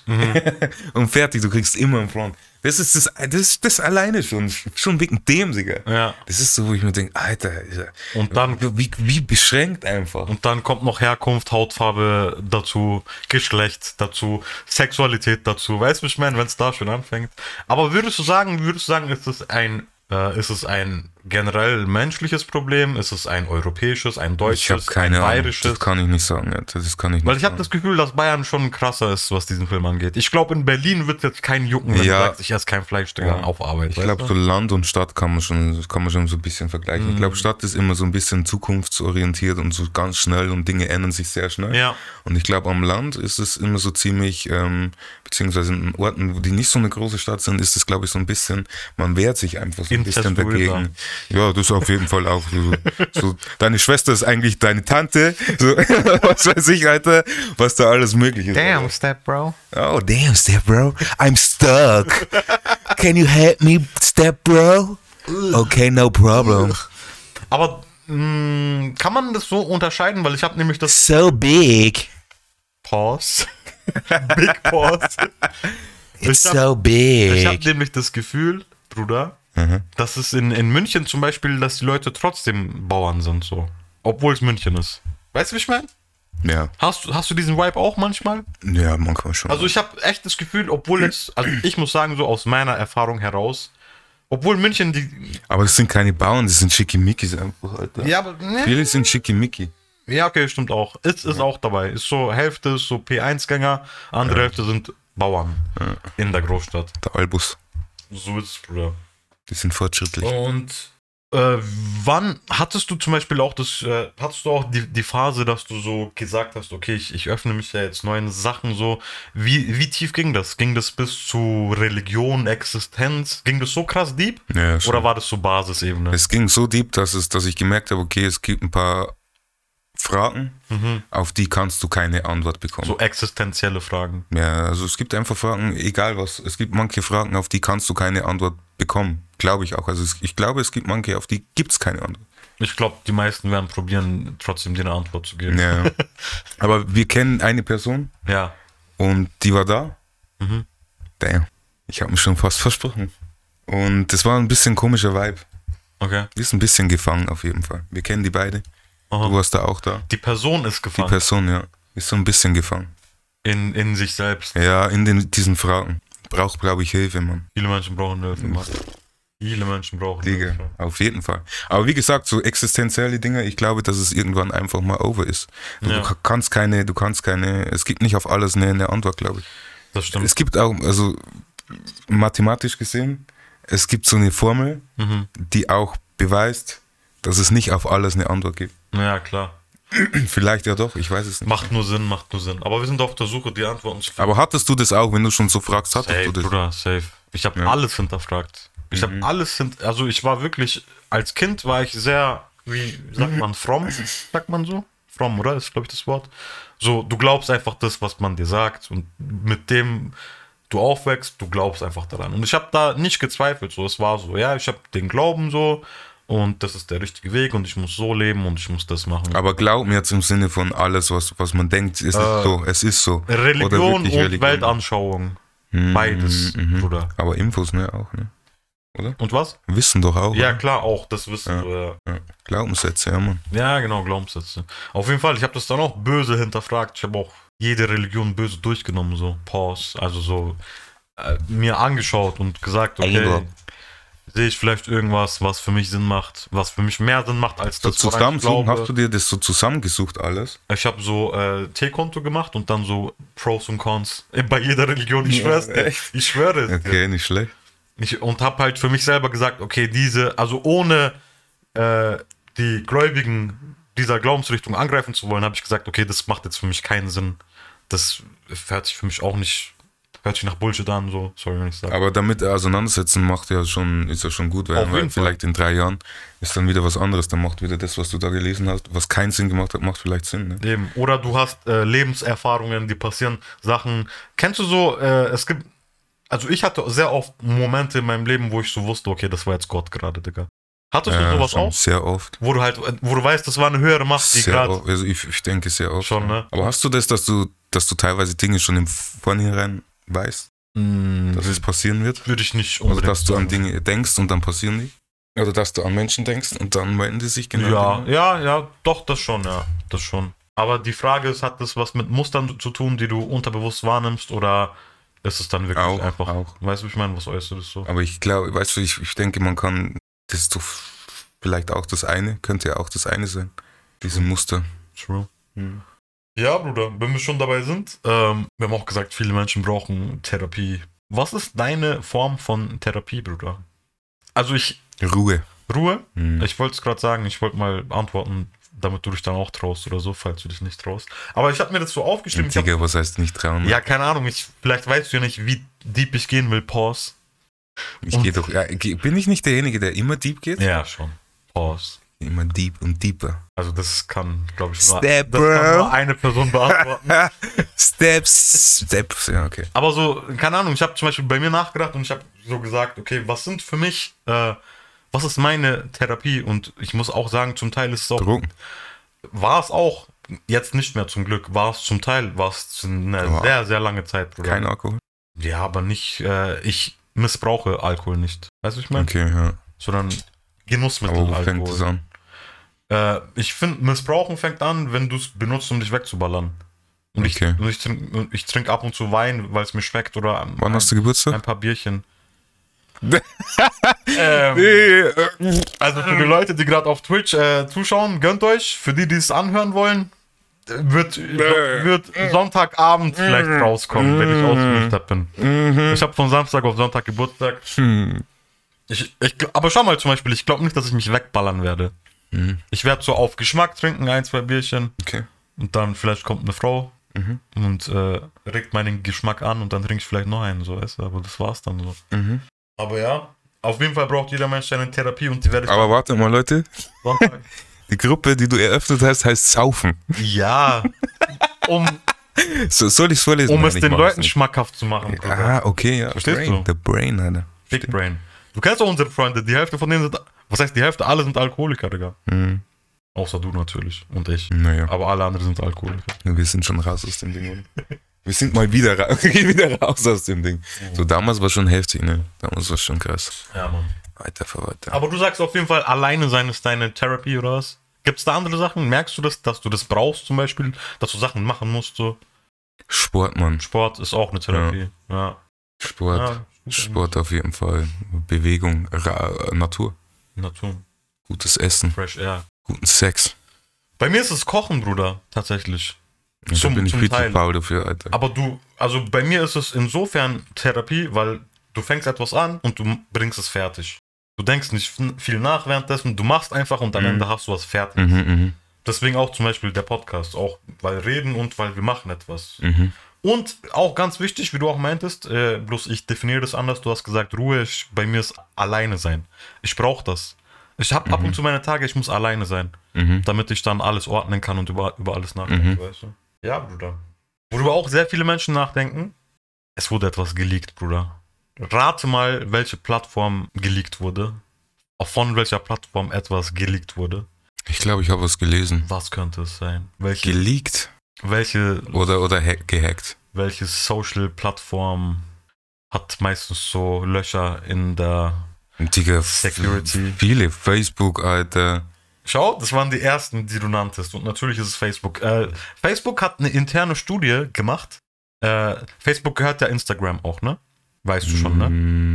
und fertig, du kriegst immer im Front. Das ist das, das, ist das alleine schon, schon wegen dem, Digga. Ja. Das ist so, wo ich mir denke, Alter, Und dann, wie, wie beschränkt einfach. und dann kommt noch Herkunft, Hautfarbe dazu, Geschlecht dazu, Sexualität dazu. Weißt du, was ich meine, wenn es da schon anfängt. Aber würdest du sagen, würdest du sagen, ist es ein, äh, ist es ein generell menschliches Problem? Ist es ein europäisches, ein Ich deutsches, habe keine ein Ahnung, bayerisches? das kann ich nicht sagen, Alter. Das kann ich nicht Weil ich habe sagen. das Gefühl, dass Bayern schon krasser ist, was diesen Film angeht. Ich glaube, in Berlin wird jetzt kein jucken, wenn Ja. du sagst, ich esse kein Fleisch, Digga, Ja. auf Arbeit. Ich weißt glaube, du? so Land und Stadt kann man schon, kann man schon so ein bisschen vergleichen. Ich Mhm. glaube, Stadt ist immer so ein bisschen zukunftsorientiert und so ganz schnell und Dinge ändern sich sehr schnell. Ja. Und ich glaube, am Land ist es immer so ziemlich, ähm, beziehungsweise in Orten, wo die nicht so eine große Stadt sind, ist es, glaube ich, so ein bisschen, man wehrt sich einfach so ein bisschen Incestuöser. dagegen. Ja, das auf jeden Fall auch. So, so, deine Schwester ist eigentlich deine Tante. So, was weiß ich, Alter, was da alles möglich ist. Alter. Step Bro. Oh, damn, Step Bro. I'm stuck. Can you help me, Step Bro? Okay, no problem. Aber mh, kann man das so unterscheiden? Weil ich habe nämlich das So big. Pause. Big Pause. It's Ich hab- so Ich habe big. nämlich das Gefühl, Bruder, Mhm. dass es in, in München zum Beispiel, dass die Leute trotzdem Bauern sind, so. Obwohl es München ist. Weißt du, wie ich meine? Ja, Hast, du- hast du diesen Vibe auch manchmal? ja, manchmal schon. Also ich habe echt das Gefühl, obwohl es, also ich muss sagen, so aus meiner Erfahrung heraus, obwohl München die, Aber das sind keine Bauern, das sind Schickimickis einfach, Alter. ja, aber, ne? Viele sind Schickimicki. Ja, okay, stimmt auch. Ist, ist auch dabei. Ist so, Hälfte ist so P eins Gänger, andere Hälfte sind Bauern in der Großstadt. Der Albus. So ist es, Bruder. Die sind fortschrittlich. Und äh, wann hattest du zum Beispiel auch das, äh, hattest du auch die, die Phase, dass du so gesagt hast, okay, ich, ich öffne mich ja jetzt neuen Sachen so. Wie, wie tief ging das? Ging das bis zu Religion, Existenz? Ging das so krass deep? Ja, schon. Oder war das so Basisebene? Es ging so deep, dass, es, dass ich gemerkt habe, okay, es gibt ein paar Fragen, auf die kannst du keine Antwort bekommen. So existenzielle Fragen. Ja, also es gibt einfach Fragen, egal was, es gibt manche Fragen, auf die kannst du keine Antwort bekommen. Glaube ich auch. Also es, ich glaube, es gibt manche, auf die gibt es keine Antwort. Ich glaube, die meisten werden probieren, trotzdem dir eine Antwort zu geben. Ja. Aber wir kennen eine Person Ja. und die war da. Mhm. Damn. Ich habe mich schon fast versprochen. Und das war ein bisschen komischer Vibe. Okay. Die ist ein bisschen gefangen auf jeden Fall. Wir kennen die beide. Aha. Du warst da auch da. Die Person ist Die gefangen. Person, ja. Ist so ein bisschen gefangen. In, in sich selbst. Ja, in den, diesen Fragen. Braucht, glaube ich, Hilfe, Mann. Viele Menschen brauchen Hilfe, Mann. Viele Menschen brauchen Digga, Hilfe. auf jeden Fall. Aber wie gesagt, so existenzielle Dinge, ich glaube, dass es irgendwann einfach mal over ist. Du Ja. kannst keine, du kannst keine, es gibt nicht auf alles eine, eine Antwort, glaube ich. Das stimmt. Es gibt auch, also mathematisch gesehen, es gibt so eine Formel, Mhm. die auch beweist, dass es nicht auf alles eine Antwort gibt. Ja, klar. Vielleicht ja doch, ich weiß es nicht. Macht nur Sinn, macht nur Sinn. Aber wir sind auf der Suche, die Antworten zu finden. Aber hattest du das auch, wenn du schon so fragst, hattest Safe, du das? Bruder, safe. Ich habe Ja. alles hinterfragt. Ich Mhm. habe alles hint also ich war wirklich, als Kind war ich sehr, wie sagt man, fromm, sagt man so? Fromm, oder? Ist, glaube ich, das Wort. So, du glaubst einfach das, was man dir sagt und mit dem du aufwächst, du glaubst einfach daran. Und ich habe da nicht gezweifelt, so, es war so, ja, ich habe den Glauben so und das ist der richtige Weg und ich muss so leben und ich muss das machen. Aber glauben jetzt im Sinne von alles, was, was man denkt, ist Äh, so, es ist so. Oder Religion wirklich und Religion. Weltanschauung, Mhm, beides, mhm. Bruder. Aber Infos, ne, auch, ne? Und was? Wissen doch auch. Ja, oder? klar, auch, das Wissen. Ja. So, ja. Ja. Glaubenssätze, ja, Mann. Ja, genau, Glaubenssätze. Auf jeden Fall, ich habe das dann auch böse hinterfragt. Ich habe auch jede Religion böse durchgenommen, so Pause, also so äh, mir angeschaut und gesagt, okay, Eingebaut. sehe ich vielleicht irgendwas, was für mich Sinn macht, was für mich mehr Sinn macht als So das, woran ich zusammensuchen, glaube. hast du dir das so zusammengesucht alles? Ich habe so äh, T-Konto gemacht und dann so Pros und Cons äh, bei jeder Religion. Ich schwör's dir. Ich schwöre es dir. Okay, nicht schlecht. Ich, und habe halt für mich selber gesagt, okay, diese, also ohne äh, die Gläubigen dieser Glaubensrichtung angreifen zu wollen, habe ich gesagt, okay, das macht jetzt für mich keinen Sinn. Das hört sich für mich auch nicht, hört sich nach Bullshit an, so, sorry, wenn ich sage. Aber damit auseinandersetzen macht ja schon, ist ja schon gut, weil, Auf weil jeden Fall. vielleicht in drei Jahren ist dann wieder was anderes, dann macht wieder das, was du da gelesen hast, was keinen Sinn gemacht hat, macht vielleicht Sinn, ne? Eben. Oder du hast äh, Lebenserfahrungen, die passieren, Sachen. Kennst du so, äh, es gibt, also ich hatte sehr oft Momente in meinem Leben, wo ich so wusste, okay, das war jetzt Gott gerade, Digga. Hattest du Ja, sowas schon auch? sehr oft. Wo du halt, wo du weißt, das war eine höhere Macht, die Sehr gerade. oft. Also ich, ich denke sehr oft. Schon, ne? Aber hast du das, dass du, dass du teilweise Dinge schon im Vornherein weißt, dass es passieren wird? Würde ich nicht Also unbedingt dass du an sagen. Dinge denkst und dann passieren die? Oder dass du an Menschen denkst und dann melden die sich genau. Ja, genau? ja, ja, doch, das schon, ja, das schon. Aber die Frage ist, hat das was mit Mustern zu tun, die du unterbewusst wahrnimmst, oder ist es dann wirklich Auch, einfach, auch. weißt du, wie ich meine, was äußert ist so? Aber ich glaube, weißt du, ich, ich denke, man kann, das ist doch vielleicht auch das eine, könnte ja auch das eine sein. Diese Muster. True. Ja, Bruder, wenn wir schon dabei sind, ähm, wir haben auch gesagt, viele Menschen brauchen Therapie. Was ist deine Form von Therapie, Bruder? Also ich, Ruhe. Ruhe? Hm. Ich wollte es gerade sagen, ich wollte mal antworten, damit du dich dann auch traust oder so, falls du dich nicht traust. Aber ich habe mir das so aufgeschrieben. Ich hab, Digga, was heißt nicht trauen? ja, keine Ahnung, ich, vielleicht weißt du ja nicht, wie deep ich gehen will. Pause. Ich gehe doch. Ja, geh- bin ich nicht derjenige, der immer deep geht? Ja, schon. Pause. Immer deep und deeper. Also das kann, glaube ich, nur, Step, das kann bro. nur eine Person beantworten. Steps, Steps, ja, okay. Aber so, keine Ahnung, ich habe zum Beispiel bei mir nachgedacht und ich habe so gesagt, okay, was sind für mich, äh, was ist meine Therapie? Und ich muss auch sagen, zum Teil ist es auch, Drogen. war es auch, jetzt nicht mehr zum Glück, war es zum Teil, war es eine Wow. sehr, sehr lange Zeit. Bruder. Kein Alkohol? Ja, aber nicht, äh, ich missbrauche Alkohol nicht. Weißt du, was ich meine? Okay, ja. Sondern Genussmittel Aber wo Alkohol. fängt das an? Äh, ich finde, Missbrauchen fängt an, wenn du es benutzt, um dich wegzuballern. Und Okay. ich, und ich trinke ich trink ab und zu Wein, weil es mir schmeckt, oder Wann ein, hast du Geburtstag? ein paar Bierchen. ähm, also für die Leute, die gerade auf Twitch äh, zuschauen, gönnt euch. Für die, die es anhören wollen, wird, wird Sonntagabend vielleicht rauskommen, wenn ich ausgenüchtert bin. Ich habe von Samstag auf Sonntag Geburtstag. Hm. Ich, ich, gl- aber schau mal zum Beispiel, ich glaube nicht, dass ich mich wegballern werde. Mhm. Ich werde so auf Geschmack trinken, ein, zwei Bierchen. Okay. Und dann vielleicht kommt eine Frau Mhm. und äh, regt meinen Geschmack an und dann trinke ich vielleicht noch einen, so weißt du, aber das war's dann so. Mhm. Aber ja, auf jeden Fall braucht jeder Mensch eine Therapie und die werde ich Aber warte mal, Leute. Sonntag. Die Gruppe, die du eröffnet hast, heißt Saufen. Ja, um, So, soll ich es vorlesen? um Nein, es ich den mach Leuten nicht. schmackhaft zu machen. Bruder. Ah, okay, ja. Verstehst Brain. du? The Brain, Alter. Big Brain. Du kennst doch unsere Freunde, die Hälfte von denen sind, was heißt die Hälfte? Alle sind Alkoholiker, Digga. Mhm. Außer du natürlich und ich. Naja, Aber alle anderen sind Alkoholiker. wir sind schon raus aus dem Ding. oder? Wir sind mal wieder, ra wieder raus aus dem Ding. So, damals war schon heftig, ne? Damals war schon krass. Ja, Mann. Weiter, weiter. Aber du sagst auf jeden Fall, alleine sein ist deine Therapie oder was? Gibt es da andere Sachen? Merkst du das, dass du das brauchst zum Beispiel? Dass du Sachen machen musst? So? Sport, Mann. Sport ist auch eine Therapie. Ja. ja. Sport. Ja, Sport auf jeden Fall. Bewegung, Ra Natur. Natur. Gutes Essen. Fresh Air. Guten Sex. Bei mir ist es Kochen, Bruder, tatsächlich. Ja, zum, da bin ich zum viel Teil. zu faul dafür, Alter. Aber du, also bei mir ist es insofern Therapie, weil du fängst etwas an und du bringst es fertig. Du denkst nicht viel nach währenddessen, du machst einfach und am Mhm. Ende hast du was fertig. Mhm, mhm, Deswegen auch zum Beispiel der Podcast, auch weil reden und weil wir machen etwas. mhm. Und auch ganz wichtig, wie du auch meintest, äh, bloß ich definiere das anders, du hast gesagt, Ruhe, ich, bei mir ist alleine sein. Ich brauche das. Ich habe ab und zu meine Tage, ich muss alleine sein, Mhm. damit ich dann alles ordnen kann und über, über alles nachdenken, Mhm. weißt du? Ja, Bruder. Worüber auch sehr viele Menschen nachdenken, es wurde etwas geleakt, Bruder. Rate mal, welche Plattform geleakt wurde. Auch von welcher Plattform etwas geleakt wurde. Ich glaube, ich habe was gelesen. Was könnte es sein? Welche, Geleakt welche, oder, oder hack gehackt. welche Social-Plattform hat meistens so Löcher in der Digga, Security? viele. Facebook, Alter. Schau, das waren die ersten, die du nanntest. Und natürlich ist es Facebook. Äh, Facebook hat eine interne Studie gemacht. Äh, Facebook gehört ja Instagram auch, ne? Weißt du schon, ne?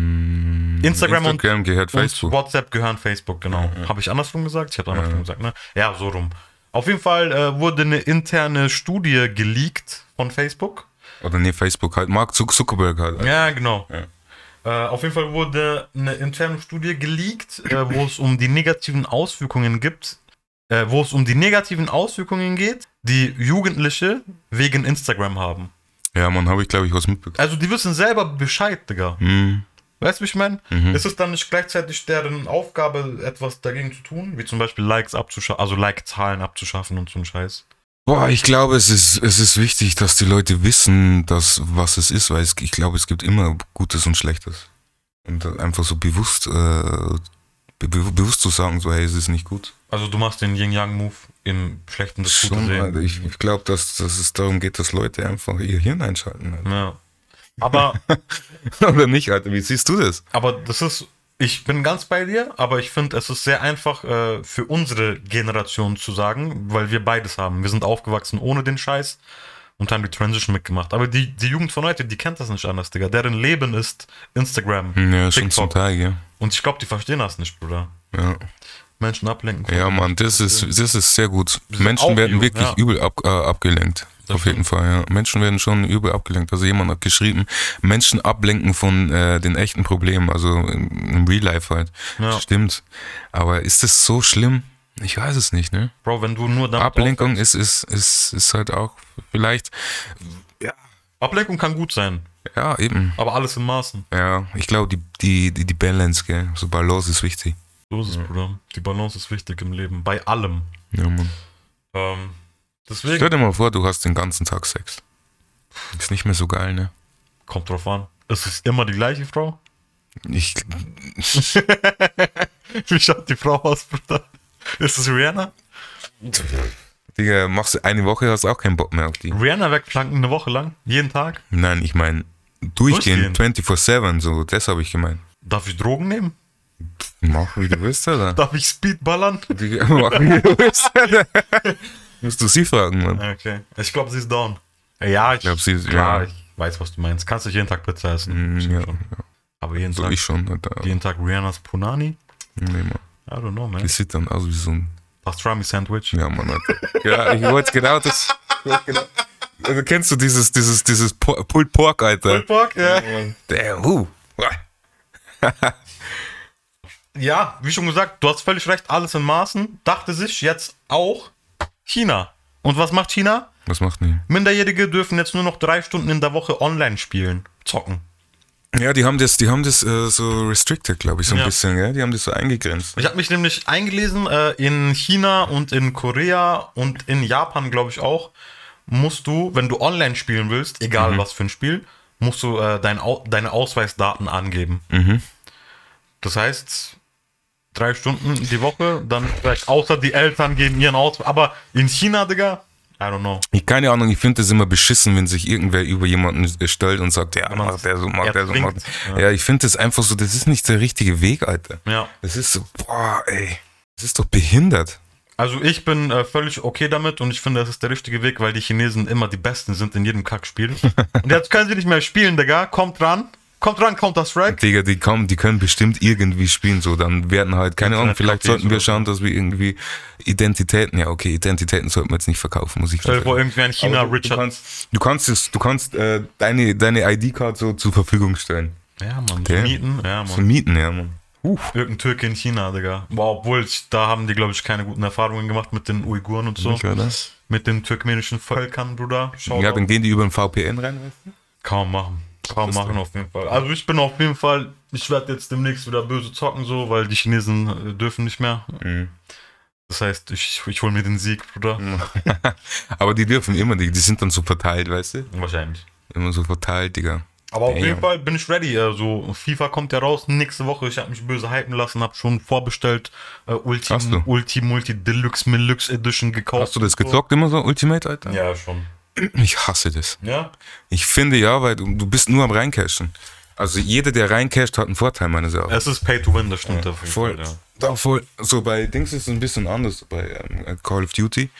Mm, Instagram und- Instagram gehört Und Facebook. WhatsApp gehören Facebook, genau. Ja, ja. Habe ich andersrum gesagt? Ich habe andersrum Ja. gesagt, ne? Ja, so rum. Auf jeden Fall äh, wurde eine interne Studie geleakt von Facebook. Oder nee, Facebook halt. Mark Zuck- Zuckerberg halt. Ja, genau. Ja. Äh, auf jeden Fall wurde eine interne Studie geleakt, äh, wo es um die negativen Auswirkungen gibt, äh, wo es um die negativen Auswirkungen geht, die Jugendliche wegen Instagram haben. Ja, Mann, habe ich, glaube ich, was mitbekommen. Also die wissen selber Bescheid, Digga. Hm. Weißt du, wie ich meine? Mhm. Ist es dann nicht gleichzeitig deren Aufgabe, etwas dagegen zu tun? Wie zum Beispiel Likes abzuschaffen, also Like-Zahlen abzuschaffen und so ein Scheiß. Boah, ich glaube, es ist, es ist wichtig, dass die Leute wissen, dass, was es ist, weil es, ich glaube, es gibt immer Gutes und Schlechtes. Und einfach so bewusst, äh, be bewusst zu sagen, so, hey, es ist nicht gut. Also du machst den Yin-Yang-Move im Schlechten das Gute Schon, sehen. Alter, ich ich glaube, dass, dass es darum geht, dass Leute einfach ihr Hirn einschalten. Alter. Ja. Aber, Oder nicht, Alter? Wie siehst du das? aber das ist, ich bin ganz bei dir, aber ich finde, es ist sehr einfach äh, für unsere Generation zu sagen, weil wir beides haben. Wir sind aufgewachsen ohne den Scheiß und haben die Transition mitgemacht. Aber die, die Jugend von heute, die kennt das nicht anders, Digga. Deren Leben ist Instagram, Ja, schon zum TikTok. Teil, ja. Und ich glaube, die verstehen das nicht, Bruder. Ja, Menschen ablenken. ja Mann, das ist, das ist sehr gut. sind Menschen auch werden jung, wirklich ja. übel ab, äh, abgelenkt. Das Auf jeden Fall, ja. Menschen werden schon übel abgelenkt. Also jemand hat geschrieben, Menschen ablenken von äh, den echten Problemen, also im, im Real Life halt. Ja. Stimmt. Aber ist das so schlimm? Ich weiß es nicht, ne? Bro, wenn du nur damit Ablenkung aufhörst- ist, ist, ist, ist halt auch vielleicht, Ablenkung kann gut sein, ja, eben. aber alles in Maßen. Ja, ich glaube, die, die, die, die Balance, gell? So Balance ist wichtig. So ist es, Bruder. Die Balance ist wichtig im Leben, bei allem. Ja, Mann. Ähm, deswegen Stell dir mal vor, du hast den ganzen Tag Sex. Ist nicht mehr so geil, ne? kommt drauf an. Ist es immer die gleiche Frau? Ich, Wie schaut die Frau aus, Bruder? Ist es Rihanna? Digga, machst du eine Woche, hast auch keinen Bock mehr auf die. Rihanna wegflanken eine Woche lang? Jeden Tag? Nein, ich meine, durchgehen, Durchgehen? vierundzwanzig sieben, so, das habe ich gemeint. Darf ich Drogen nehmen? Mach, wie du willst, oder? Darf ich Speed ballern? Digga, mach, wie du willst, oder? Musst du sie fragen, Mann. Okay. Ich glaube, sie ist down. Ja, ich, Ich glaube, sie ist, klar, ja, ich weiß, was du meinst. Kannst du jeden Tag Pizza essen? Mm, Stimmt ja, schon. Aber jeden so Tag, ich schon, Alter. jeden Tag Rihannas Punani? Nee, Mann. I don't know, man. Die sieht dann aus wie so ein, Pastrami-Sandwich? ja, Mann, Alter. Ja, ich wollte genau das, ich wollte genau, also kennst du dieses, dieses, dieses Po- Pulled Pork, Alter? Pork, ja. Damn, uh. Ja, wie schon gesagt, du hast völlig recht, alles in Maßen. Dachte sich jetzt auch China. Und was macht China? Was macht die? Minderjährige dürfen jetzt nur noch drei Stunden in der Woche online spielen, zocken. Ja, die haben das, die haben das äh, so restricted, glaube ich, so ein Ja. bisschen, gell? Die haben das so eingegrenzt. Ich habe mich nämlich eingelesen, äh, in China und in Korea und in Japan, glaube ich auch, musst du, wenn du online spielen willst, egal was für ein Spiel, musst du äh, dein Au deine Ausweisdaten angeben. Mhm. Das heißt, drei Stunden die Woche, dann vielleicht, außer die Eltern geben ihren Ausweis. Aber in China, Digga, I don't know. Ich, keine Ahnung, ich finde das immer beschissen, wenn sich irgendwer über jemanden stellt und sagt, ja, Wenn man's macht der so, macht der so, erzwingt, macht. ja. Ja, ich finde das einfach so, das ist nicht der richtige Weg, Alter. Ja. Das ist so, boah, ey, das ist doch behindert. Also ich bin äh, völlig okay damit und ich finde, das ist der richtige Weg, weil die Chinesen immer die Besten sind in jedem Kackspiel. Und jetzt können sie nicht mehr spielen, Digga. Kommt ran. Kommt ran, Counter-Strike. Digga, die kommen, die können bestimmt irgendwie spielen, so, dann werden halt, keine Ahnung, vielleicht sollten wir schauen, dass wir irgendwie Identitäten, ja, okay, Identitäten sollten wir jetzt nicht verkaufen, muss ich Stell dir ganz vor, ehrlich. irgendwer in China, Aber du, Richard. Du kannst, du kannst, es, du kannst äh, deine, deine I D-Card so zur Verfügung stellen. Ja, Mann, so Der- mieten. Ja, Zu Mann. mieten, ja, Mann. Irgendein Türke in China, Digga. Boah, obwohl, ich, da haben die, glaube ich, keine guten Erfahrungen gemacht mit den Uiguren und so. Nicht, oder? Mit den turkmenischen Völkern, Bruder. Schau Ja, dann gehen die über den V P N rein, weißt du? Kaum machen. Kaum Das ist machen doch- auf jeden Fall. Also ich bin auf jeden Fall, ich werde jetzt demnächst wieder böse zocken, so, weil die Chinesen äh, dürfen nicht mehr. Mhm. Das heißt, ich, ich hole mir den Sieg, Bruder. Aber die dürfen immer, die, die sind dann so verteilt, weißt du? Wahrscheinlich. Immer so verteilt, Digga. Aber auf Damn. jeden Fall bin ich ready. Also FIFA kommt ja raus nächste Woche. Ich habe mich böse hypen lassen, habe schon vorbestellt. Äh, Ulti, Hast du? Ulti, Multi, Deluxe, Milux Edition gekauft. Hast du das gezockt immer so, Ultimate, Alter? Ja, schon. Ich hasse das. Ja? Ich finde ja, weil du, du bist nur am Reincashen. Also jeder, der reincasht, hat einen Vorteil, meines Erachtens. Es ist Pay to Win, das stimmt auf jeden Voll. Fall, ja. Da voll. So bei Dings ist es ein bisschen anders, bei ähm, Call of Duty.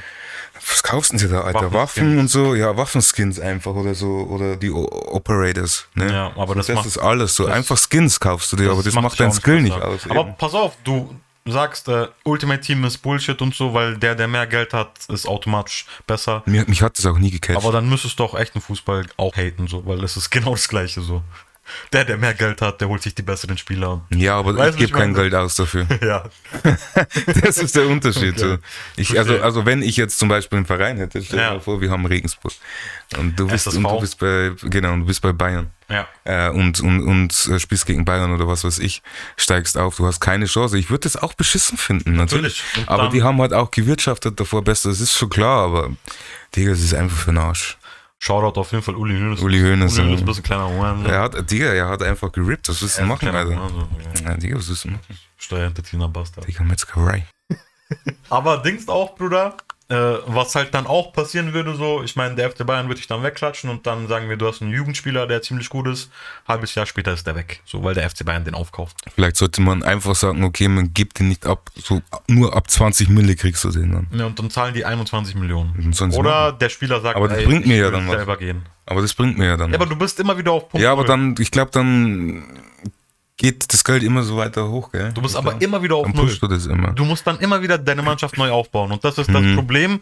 Was kaufst denn sie da, Alter? Waffenskins. Waffen und so? Ja, Waffenskins einfach oder so. Oder die o Operators. Ne? Ja, aber das das macht- ist alles so. das- Einfach Skins kaufst du dir, aber das macht dich deinen auch Skill nicht besser. aus. Aber eben. pass auf, du sagst, äh, Ultimate Team ist Bullshit und so, weil der, der mehr Geld hat, ist automatisch besser. Mir, mich hat das auch nie gecatcht. Aber dann müsstest du auch echten Fußball auch haten, so, weil es ist genau das Gleiche so. Der, der mehr Geld hat, der holt sich die besseren Spieler. ja, aber Weißt ich du, gebe was ich kein meine? Geld aus dafür. Ja. Das ist der Unterschied. Okay. So. Ich, Verstehe. also, also wenn ich jetzt zum Beispiel einen Verein hätte, stell dir Ja. mal vor, wir haben Regensburg. Und du bist, S S und V. du bist bei, genau, und du bist bei Bayern. Ja. Äh, und, und, und äh, spielst gegen Bayern oder was weiß ich, steigst auf, du hast keine Chance. Ich würde das auch beschissen finden, natürlich. Natürlich. Und Aber dann- die haben halt auch gewirtschaftet davor besser, das ist schon klar, aber Digga, das ist einfach für den Arsch. Shoutout auf jeden Fall Uli Hoeneß. Uli Hoeneß, Uli Hoeneß ja. ist ein bisschen kleiner Huren. Er hat, Digga, er hat einfach gerippt, was willst du Er ist machen, ein kleiner Alter? Huren, so. Ja, Digga, was willst du machen? Steuerhinterziehender Bastard. Digga, Metzgerei. Aber Dings auch, Bruder, äh, was halt dann auch passieren würde, so, ich meine, der F C Bayern würde dich dann wegklatschen und dann sagen wir, du hast einen Jugendspieler, der ziemlich gut ist, halbes Jahr später ist der weg, so, weil der F C Bayern den aufkauft. Vielleicht sollte man einfach sagen, okay, man gibt den nicht ab, so nur ab zwanzig Mille kriegst du den dann. Ja, und dann zahlen die einundzwanzig Millionen. Und sonst Oder der Spieler sagt, Aber das ey, bringt mir ich ja will dann was. selber gehen. Aber das bringt mir ja dann. Ja, aber du bist immer wieder auf Punkt. ja, aber null. dann, ich glaube, dann geht das Geld immer so weiter hoch, gell? Du bist Ich aber glaub, immer wieder auf dann Null. pushst du das immer. Du musst dann immer wieder deine Mannschaft neu aufbauen. Und das ist das Mhm. Problem,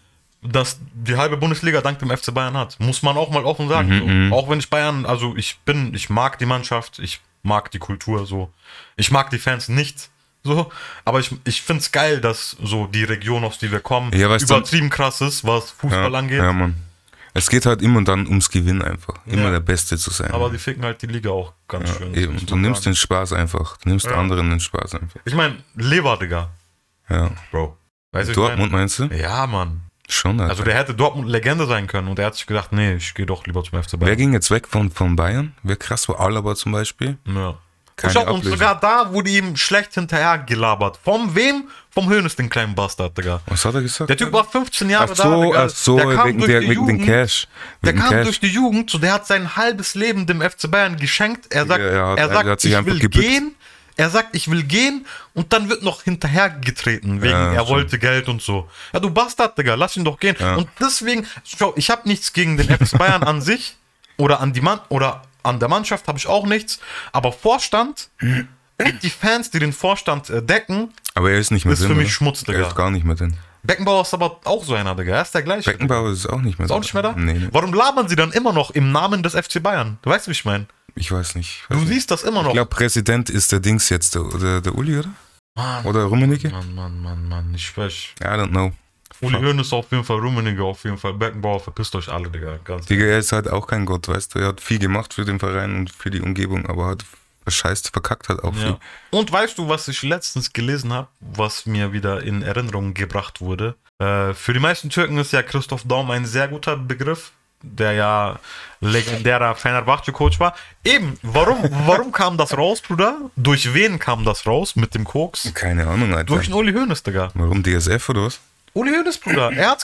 das die halbe Bundesliga dank dem F C Bayern hat. Muss man auch mal offen sagen. Mhm, so. mhm. Auch wenn ich Bayern, also ich bin, ich mag die Mannschaft, ich mag die Kultur so. Ich mag die Fans nicht. So, aber ich, ich finde es geil, dass so die Region, aus der wir kommen, Ja, weißt du- übertrieben krass ist, was Fußball ja, angeht. ja, Mann. Es geht halt immer dann ums Gewinn einfach. Immer Ja. der Beste zu sein. Aber die ficken halt die Liga auch ganz ja, schön. eben. muss Du man nimmst sagen. den Spaß einfach. Du nimmst Ja. anderen den Spaß einfach. Ich meine, Lever, Digga. Ja. Bro. Weißt du, ich Dortmund meinst du? mein? Ja, Mann. Schon, Alter. Also der hätte Dortmund Legende sein können und er hat sich gedacht, nee, ich gehe doch lieber zum F C Wer Bayern. ging jetzt weg von, von Bayern? Wer krass war? Alaba zum Beispiel? Ja. Keine Schau, und Ablöse. sogar da wurde ihm schlecht hinterher gelabert. Vom wem? Vom Hoeneß, den kleinen Bastard, Digga. Was hat er gesagt? Der Typ war fünfzehn Jahre ach so, da, Digga. ach so, der kam wegen, durch der, die wegen den Jugend. Cash. Der Wegen kam Cash. durch die Jugend, so der hat sein halbes Leben dem F C Bayern geschenkt. Er sagt, Ja, er hat- er er sagt hat sich ich einfach will gebückt. gehen. Er sagt, ich will gehen und dann wird noch hinterhergetreten, wegen Ja, er stimmt. wollte Geld und so. Ja, du Bastard, Digga, lass ihn doch gehen. Ja. Und deswegen, schau, ich habe nichts gegen den F C Bayern an sich oder an die Mann oder an der Mannschaft habe ich auch nichts, aber Vorstand, die Fans, die den Vorstand äh, decken, Aber er ist nicht mehr ist drin. für mich oder? Schmutz, Digga. Er ist gar nicht mehr drin. Beckenbauer ist aber auch so einer, Digga. Er ist der gleiche. Beckenbauer ist auch nicht mehr Ist auch nicht mehr da? Nee, nee. Warum labern sie dann immer noch im Namen des F C Bayern? Du weißt, wie ich meine. Ich weiß nicht. Ich weiß Du nicht. siehst das immer noch. Ich glaube, Präsident ist der Dings jetzt, der, der, der Uli, oder? Mann, Oder Rummenigge? Mann, Mann, Mann, Mann, ich schwöre. I don't know. Uli Hoeneß auf jeden Fall, Rummenigge auf jeden Fall, Beckenbauer, verpisst euch alle, Digga. Ganz Digga, er ist halt auch kein Gott, weißt du. Er hat viel gemacht für den Verein und für die Umgebung, aber hat scheiße verkackt hat auch viel. ja. Und weißt du, was ich letztens gelesen habe, was mir wieder in Erinnerung gebracht wurde? Äh, für die meisten Türken ist ja Christoph Daum ein sehr guter Begriff, der ja legendärer Fenerbahce-Coach war. Eben, warum, warum kam das raus, Bruder? Durch wen kam das raus mit dem Koks? Keine Ahnung, Alter. Durch den Uli Hoeneß, Digga. Warum D S F oder was? Uli Hoeneß, Bruder. Er hat's gesagt,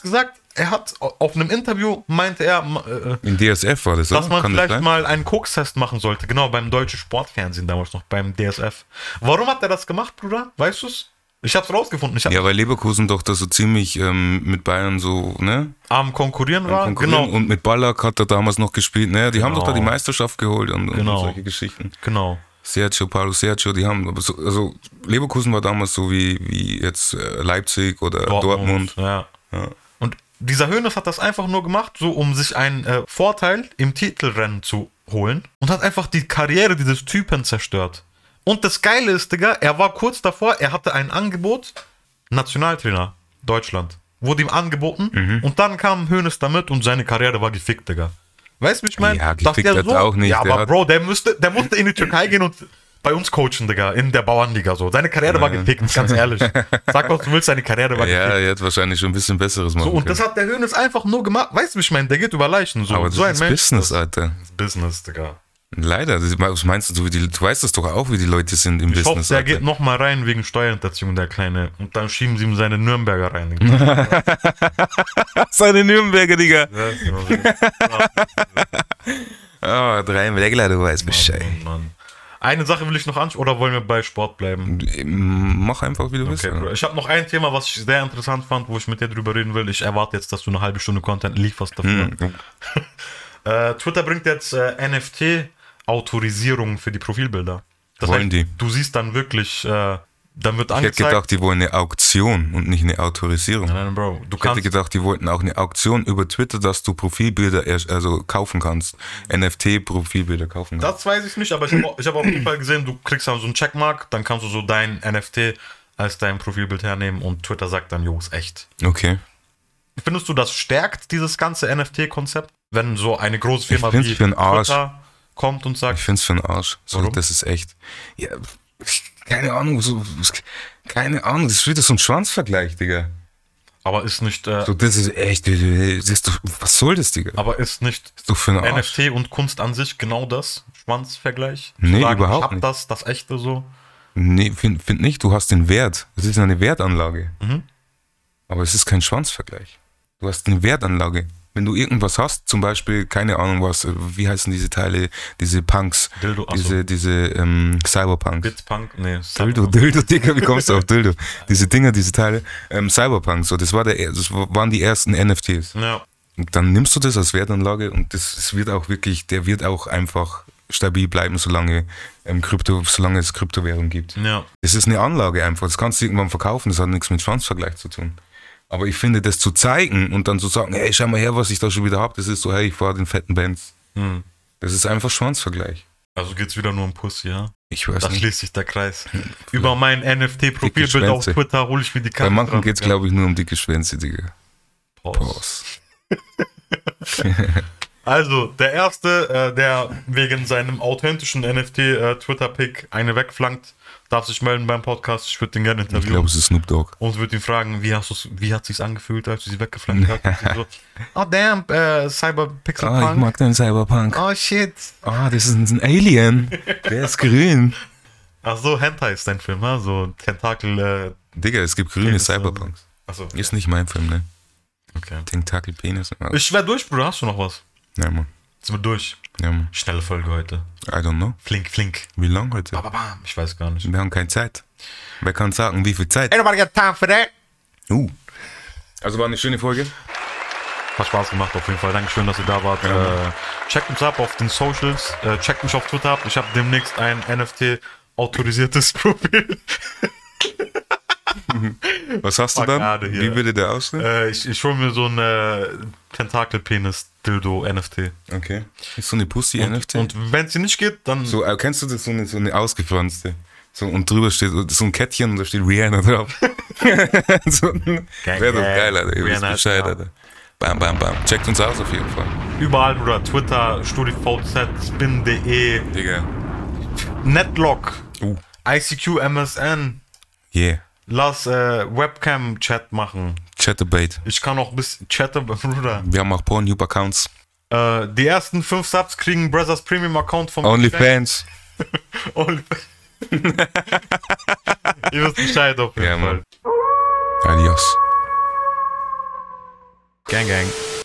er hat auf einem Interview, meinte er, äh, in D S F war das, dass oder? man Kann das vielleicht sein? mal einen Kokstest machen sollte. Genau, beim deutschen Sportfernsehen damals noch, beim D S F. Warum hat er das gemacht, Bruder? Weißt du's? Ich hab's rausgefunden. Ich hab Ja, weil Leverkusen doch da so ziemlich ähm, mit Bayern so, ne? am Konkurrieren war. Konkurrieren. Genau. Und mit Ballack hat er damals noch gespielt, ne? Die Genau. haben doch da die Meisterschaft geholt und, und Genau. solche Geschichten. Genau. Sergio, Paulo Sergio, die haben, aber so, also Leverkusen war damals so wie, wie jetzt äh, Leipzig oder Dortmund. Ja. Ja. Und dieser Hoeneß hat das einfach nur gemacht, so um sich einen äh, Vorteil im Titelrennen zu holen und hat einfach die Karriere dieses Typen zerstört. Und das Geile ist, Digga, er war kurz davor, er hatte ein Angebot, Nationaltrainer Deutschland, wurde ihm angeboten Mhm. und dann kam Hoeneß damit und seine Karriere war gefickt, Digga. Weißt du, wie ich meine? Ja, Dass gefickt der hat so, er auch nicht, Ja, der aber hat- Bro, der musste, der musste in die Türkei gehen und bei uns coachen, Digga, in der Bauernliga so. Seine Karriere war gefickt, ganz ehrlich. Sag, was du willst, seine Karriere war Ja, gefickt. er hat wahrscheinlich schon ein bisschen Besseres machen So, und können. das hat der Hoeneß einfach nur gemacht. Weißt du, wie ich meine? Der geht über Leichen. So, Aber das so ein ist Mensch. Business, Alter. Das ist Business, Digga. Leider, das, was meinst du, so wie die, du weißt das doch auch, wie die Leute sind im Ich hoffe, Business. der Alter. geht nochmal rein wegen Steuerhinterziehung, der Kleine. Und dann schieben sie ihm seine Nürnberger rein. Seine Nürnberger, Digga. Ja, ist genau so. Ah, drei im Regler, du weißt Bescheid. Mann, Mann. Eine Sache will ich noch anschauen, oder wollen wir bei Sport bleiben? Mach einfach, wie du willst. Okay, Bro. Ich habe noch ein Thema, was ich sehr interessant fand, wo ich mit dir drüber reden will. Ich erwarte jetzt, dass du eine halbe Stunde Content lieferst dafür. Hm. Äh, Twitter bringt jetzt äh, N F T-Autorisierung für die Profilbilder. Das Wollen heißt, die? du siehst dann wirklich, äh, dann wird Ich hätte angezeigt. gedacht, die wollen eine Auktion und nicht eine Autorisierung. Nein, nein, Bro, du Ich hätte kannst. gedacht, die wollten auch eine Auktion über Twitter, dass du Profilbilder erst, also kaufen kannst. N F T-Profilbilder kaufen kannst. Das weiß ich nicht, aber ich habe ich hab auf jeden Fall gesehen, du kriegst dann so einen Checkmark, dann kannst du so dein N F T als dein Profilbild hernehmen und Twitter sagt dann, jo, ist echt. Okay. Findest du, das stärkt dieses ganze N F T-Konzept, wenn so eine große Firma find's wie für den Arsch. Twitter kommt und sagt, Ich find's für den Arsch. So, Warum? das ist echt. Ja, keine Ahnung, so, keine Ahnung, das ist wieder so ein Schwanzvergleich, Digga. aber ist nicht, äh, So, das ist echt, das ist doch, was soll das, Digga? aber ist nicht Das ist doch für den N F Arsch. T und Kunst an sich genau das? Schwanzvergleich? Zu Nee, sagen, überhaupt ich hab nicht. das, das echte so. Nee, find, find nicht, du hast den Wert. Das ist eine Wertanlage. Mhm. Aber es ist kein Schwanzvergleich. Du hast eine Wertanlage. Wenn du irgendwas hast, zum Beispiel, keine Ahnung was, wie heißen diese Teile, diese Punks, Dildo, achso. diese, diese ähm, Cyberpunks. Blitzpunk, nee. Dildo, Dildo, Digga, wie kommst du auf Dildo? Diese Dinger, diese Teile, ähm, Cyberpunk, so, das, war der, das waren die ersten N F Ts. Ja, Und dann nimmst du das als Wertanlage und das, das wird auch wirklich, der wird auch einfach stabil bleiben, solange, ähm, Krypto, solange es Kryptowährung gibt. ja. Das ist eine Anlage einfach, das kannst du irgendwann verkaufen, das hat nichts mit Schwanzvergleich zu tun. Aber ich finde, das zu zeigen und dann zu sagen, hey, schau mal her, was ich da schon wieder habe, das ist so, hey, ich fahre den fetten Benz. Hm. Das ist einfach Schwanzvergleich. Also geht's wieder nur um Pussy, ja? Ich weiß Da nicht. schließt sich der Kreis. Über mein N F T-Profilbild auf Schwänze. Twitter hole ich mir die Bei Karte. manchen geht es, glaube ich, nur um dicke Schwänze, Digga. Pause. Pause. Also, der Erste, äh, der wegen seinem authentischen N F T-Twitter-Pick eine wegflankt, darf sich melden beim Podcast. Ich würde den gerne Ich interviewen. glaube, es ist Snoop Dogg. Und würde ihn fragen, wie, hast du's, wie hat sich's angefühlt, als du sie weggeflankt hast? Und sie so, oh damn, äh, Cyberpixel Ah, ich Punk. mag den Cyberpunk. Oh shit. Ah, das ist ein Alien. Der ist grün. Ach so, Hentai ist dein Film, ha? So Tentakel, äh, Digga, es gibt grüne Penis, Cyberpunks. achso. Ist nicht mein Film, ne? Okay. Tentakel, Penis. Ah, Ich wär durch, Bruder, hast du noch was? ja, Mann. Sind wir durch? Ja, Mann. Schnelle Folge heute. I don't know. Flink, flink. Wie lang heute? Bam, bam, bam. Ich weiß gar nicht. Wir haben keine Zeit. Wer kann sagen, wie viel Zeit? nobody got time for that. Uh. Also war eine schöne Folge. Hat Spaß gemacht auf jeden Fall. Dankeschön, dass ihr da wart. Ja. Äh, checkt uns ab auf den Socials. Äh, checkt mich auf Twitter ab. Ich habe demnächst ein N F T-autorisiertes Profil. Was hast du Plakate dann? hier. Wie würde der aussehen? äh, ich ich hole mir so ein äh, Tentakelpenis-Dildo-N F T. Okay. Ist so eine Pussy-N F T? Und wenn es nicht geht, dann... So, äh, kennst du das? So eine, so eine ausgepflanzte. So, und drüber steht so ein Kettchen und da steht Rihanna drauf. so, Wäre doch geil, Alter. Ihr wisst Rihanna, Bescheid, ja. Alter. Bam, bam, bam. Checkt uns aus auf jeden Fall. Überall, Bruder. Twitter, StudiVZ, Spin punkt de, Digga. Netlock, Uh. I C Q, M S N. Yeah. Lass äh, Webcam-Chat machen. Chatterbait. Ich kann auch bis chatten, Bruder. Wir haben auch Pornhub-Accounts. Äh, die ersten fünf Subs kriegen Brothers Premium-Account vom OnlyFans. OnlyFans. Ihr wisst Bescheid auf jeden Ja, Fall. Mann. Adios. Gang, gang.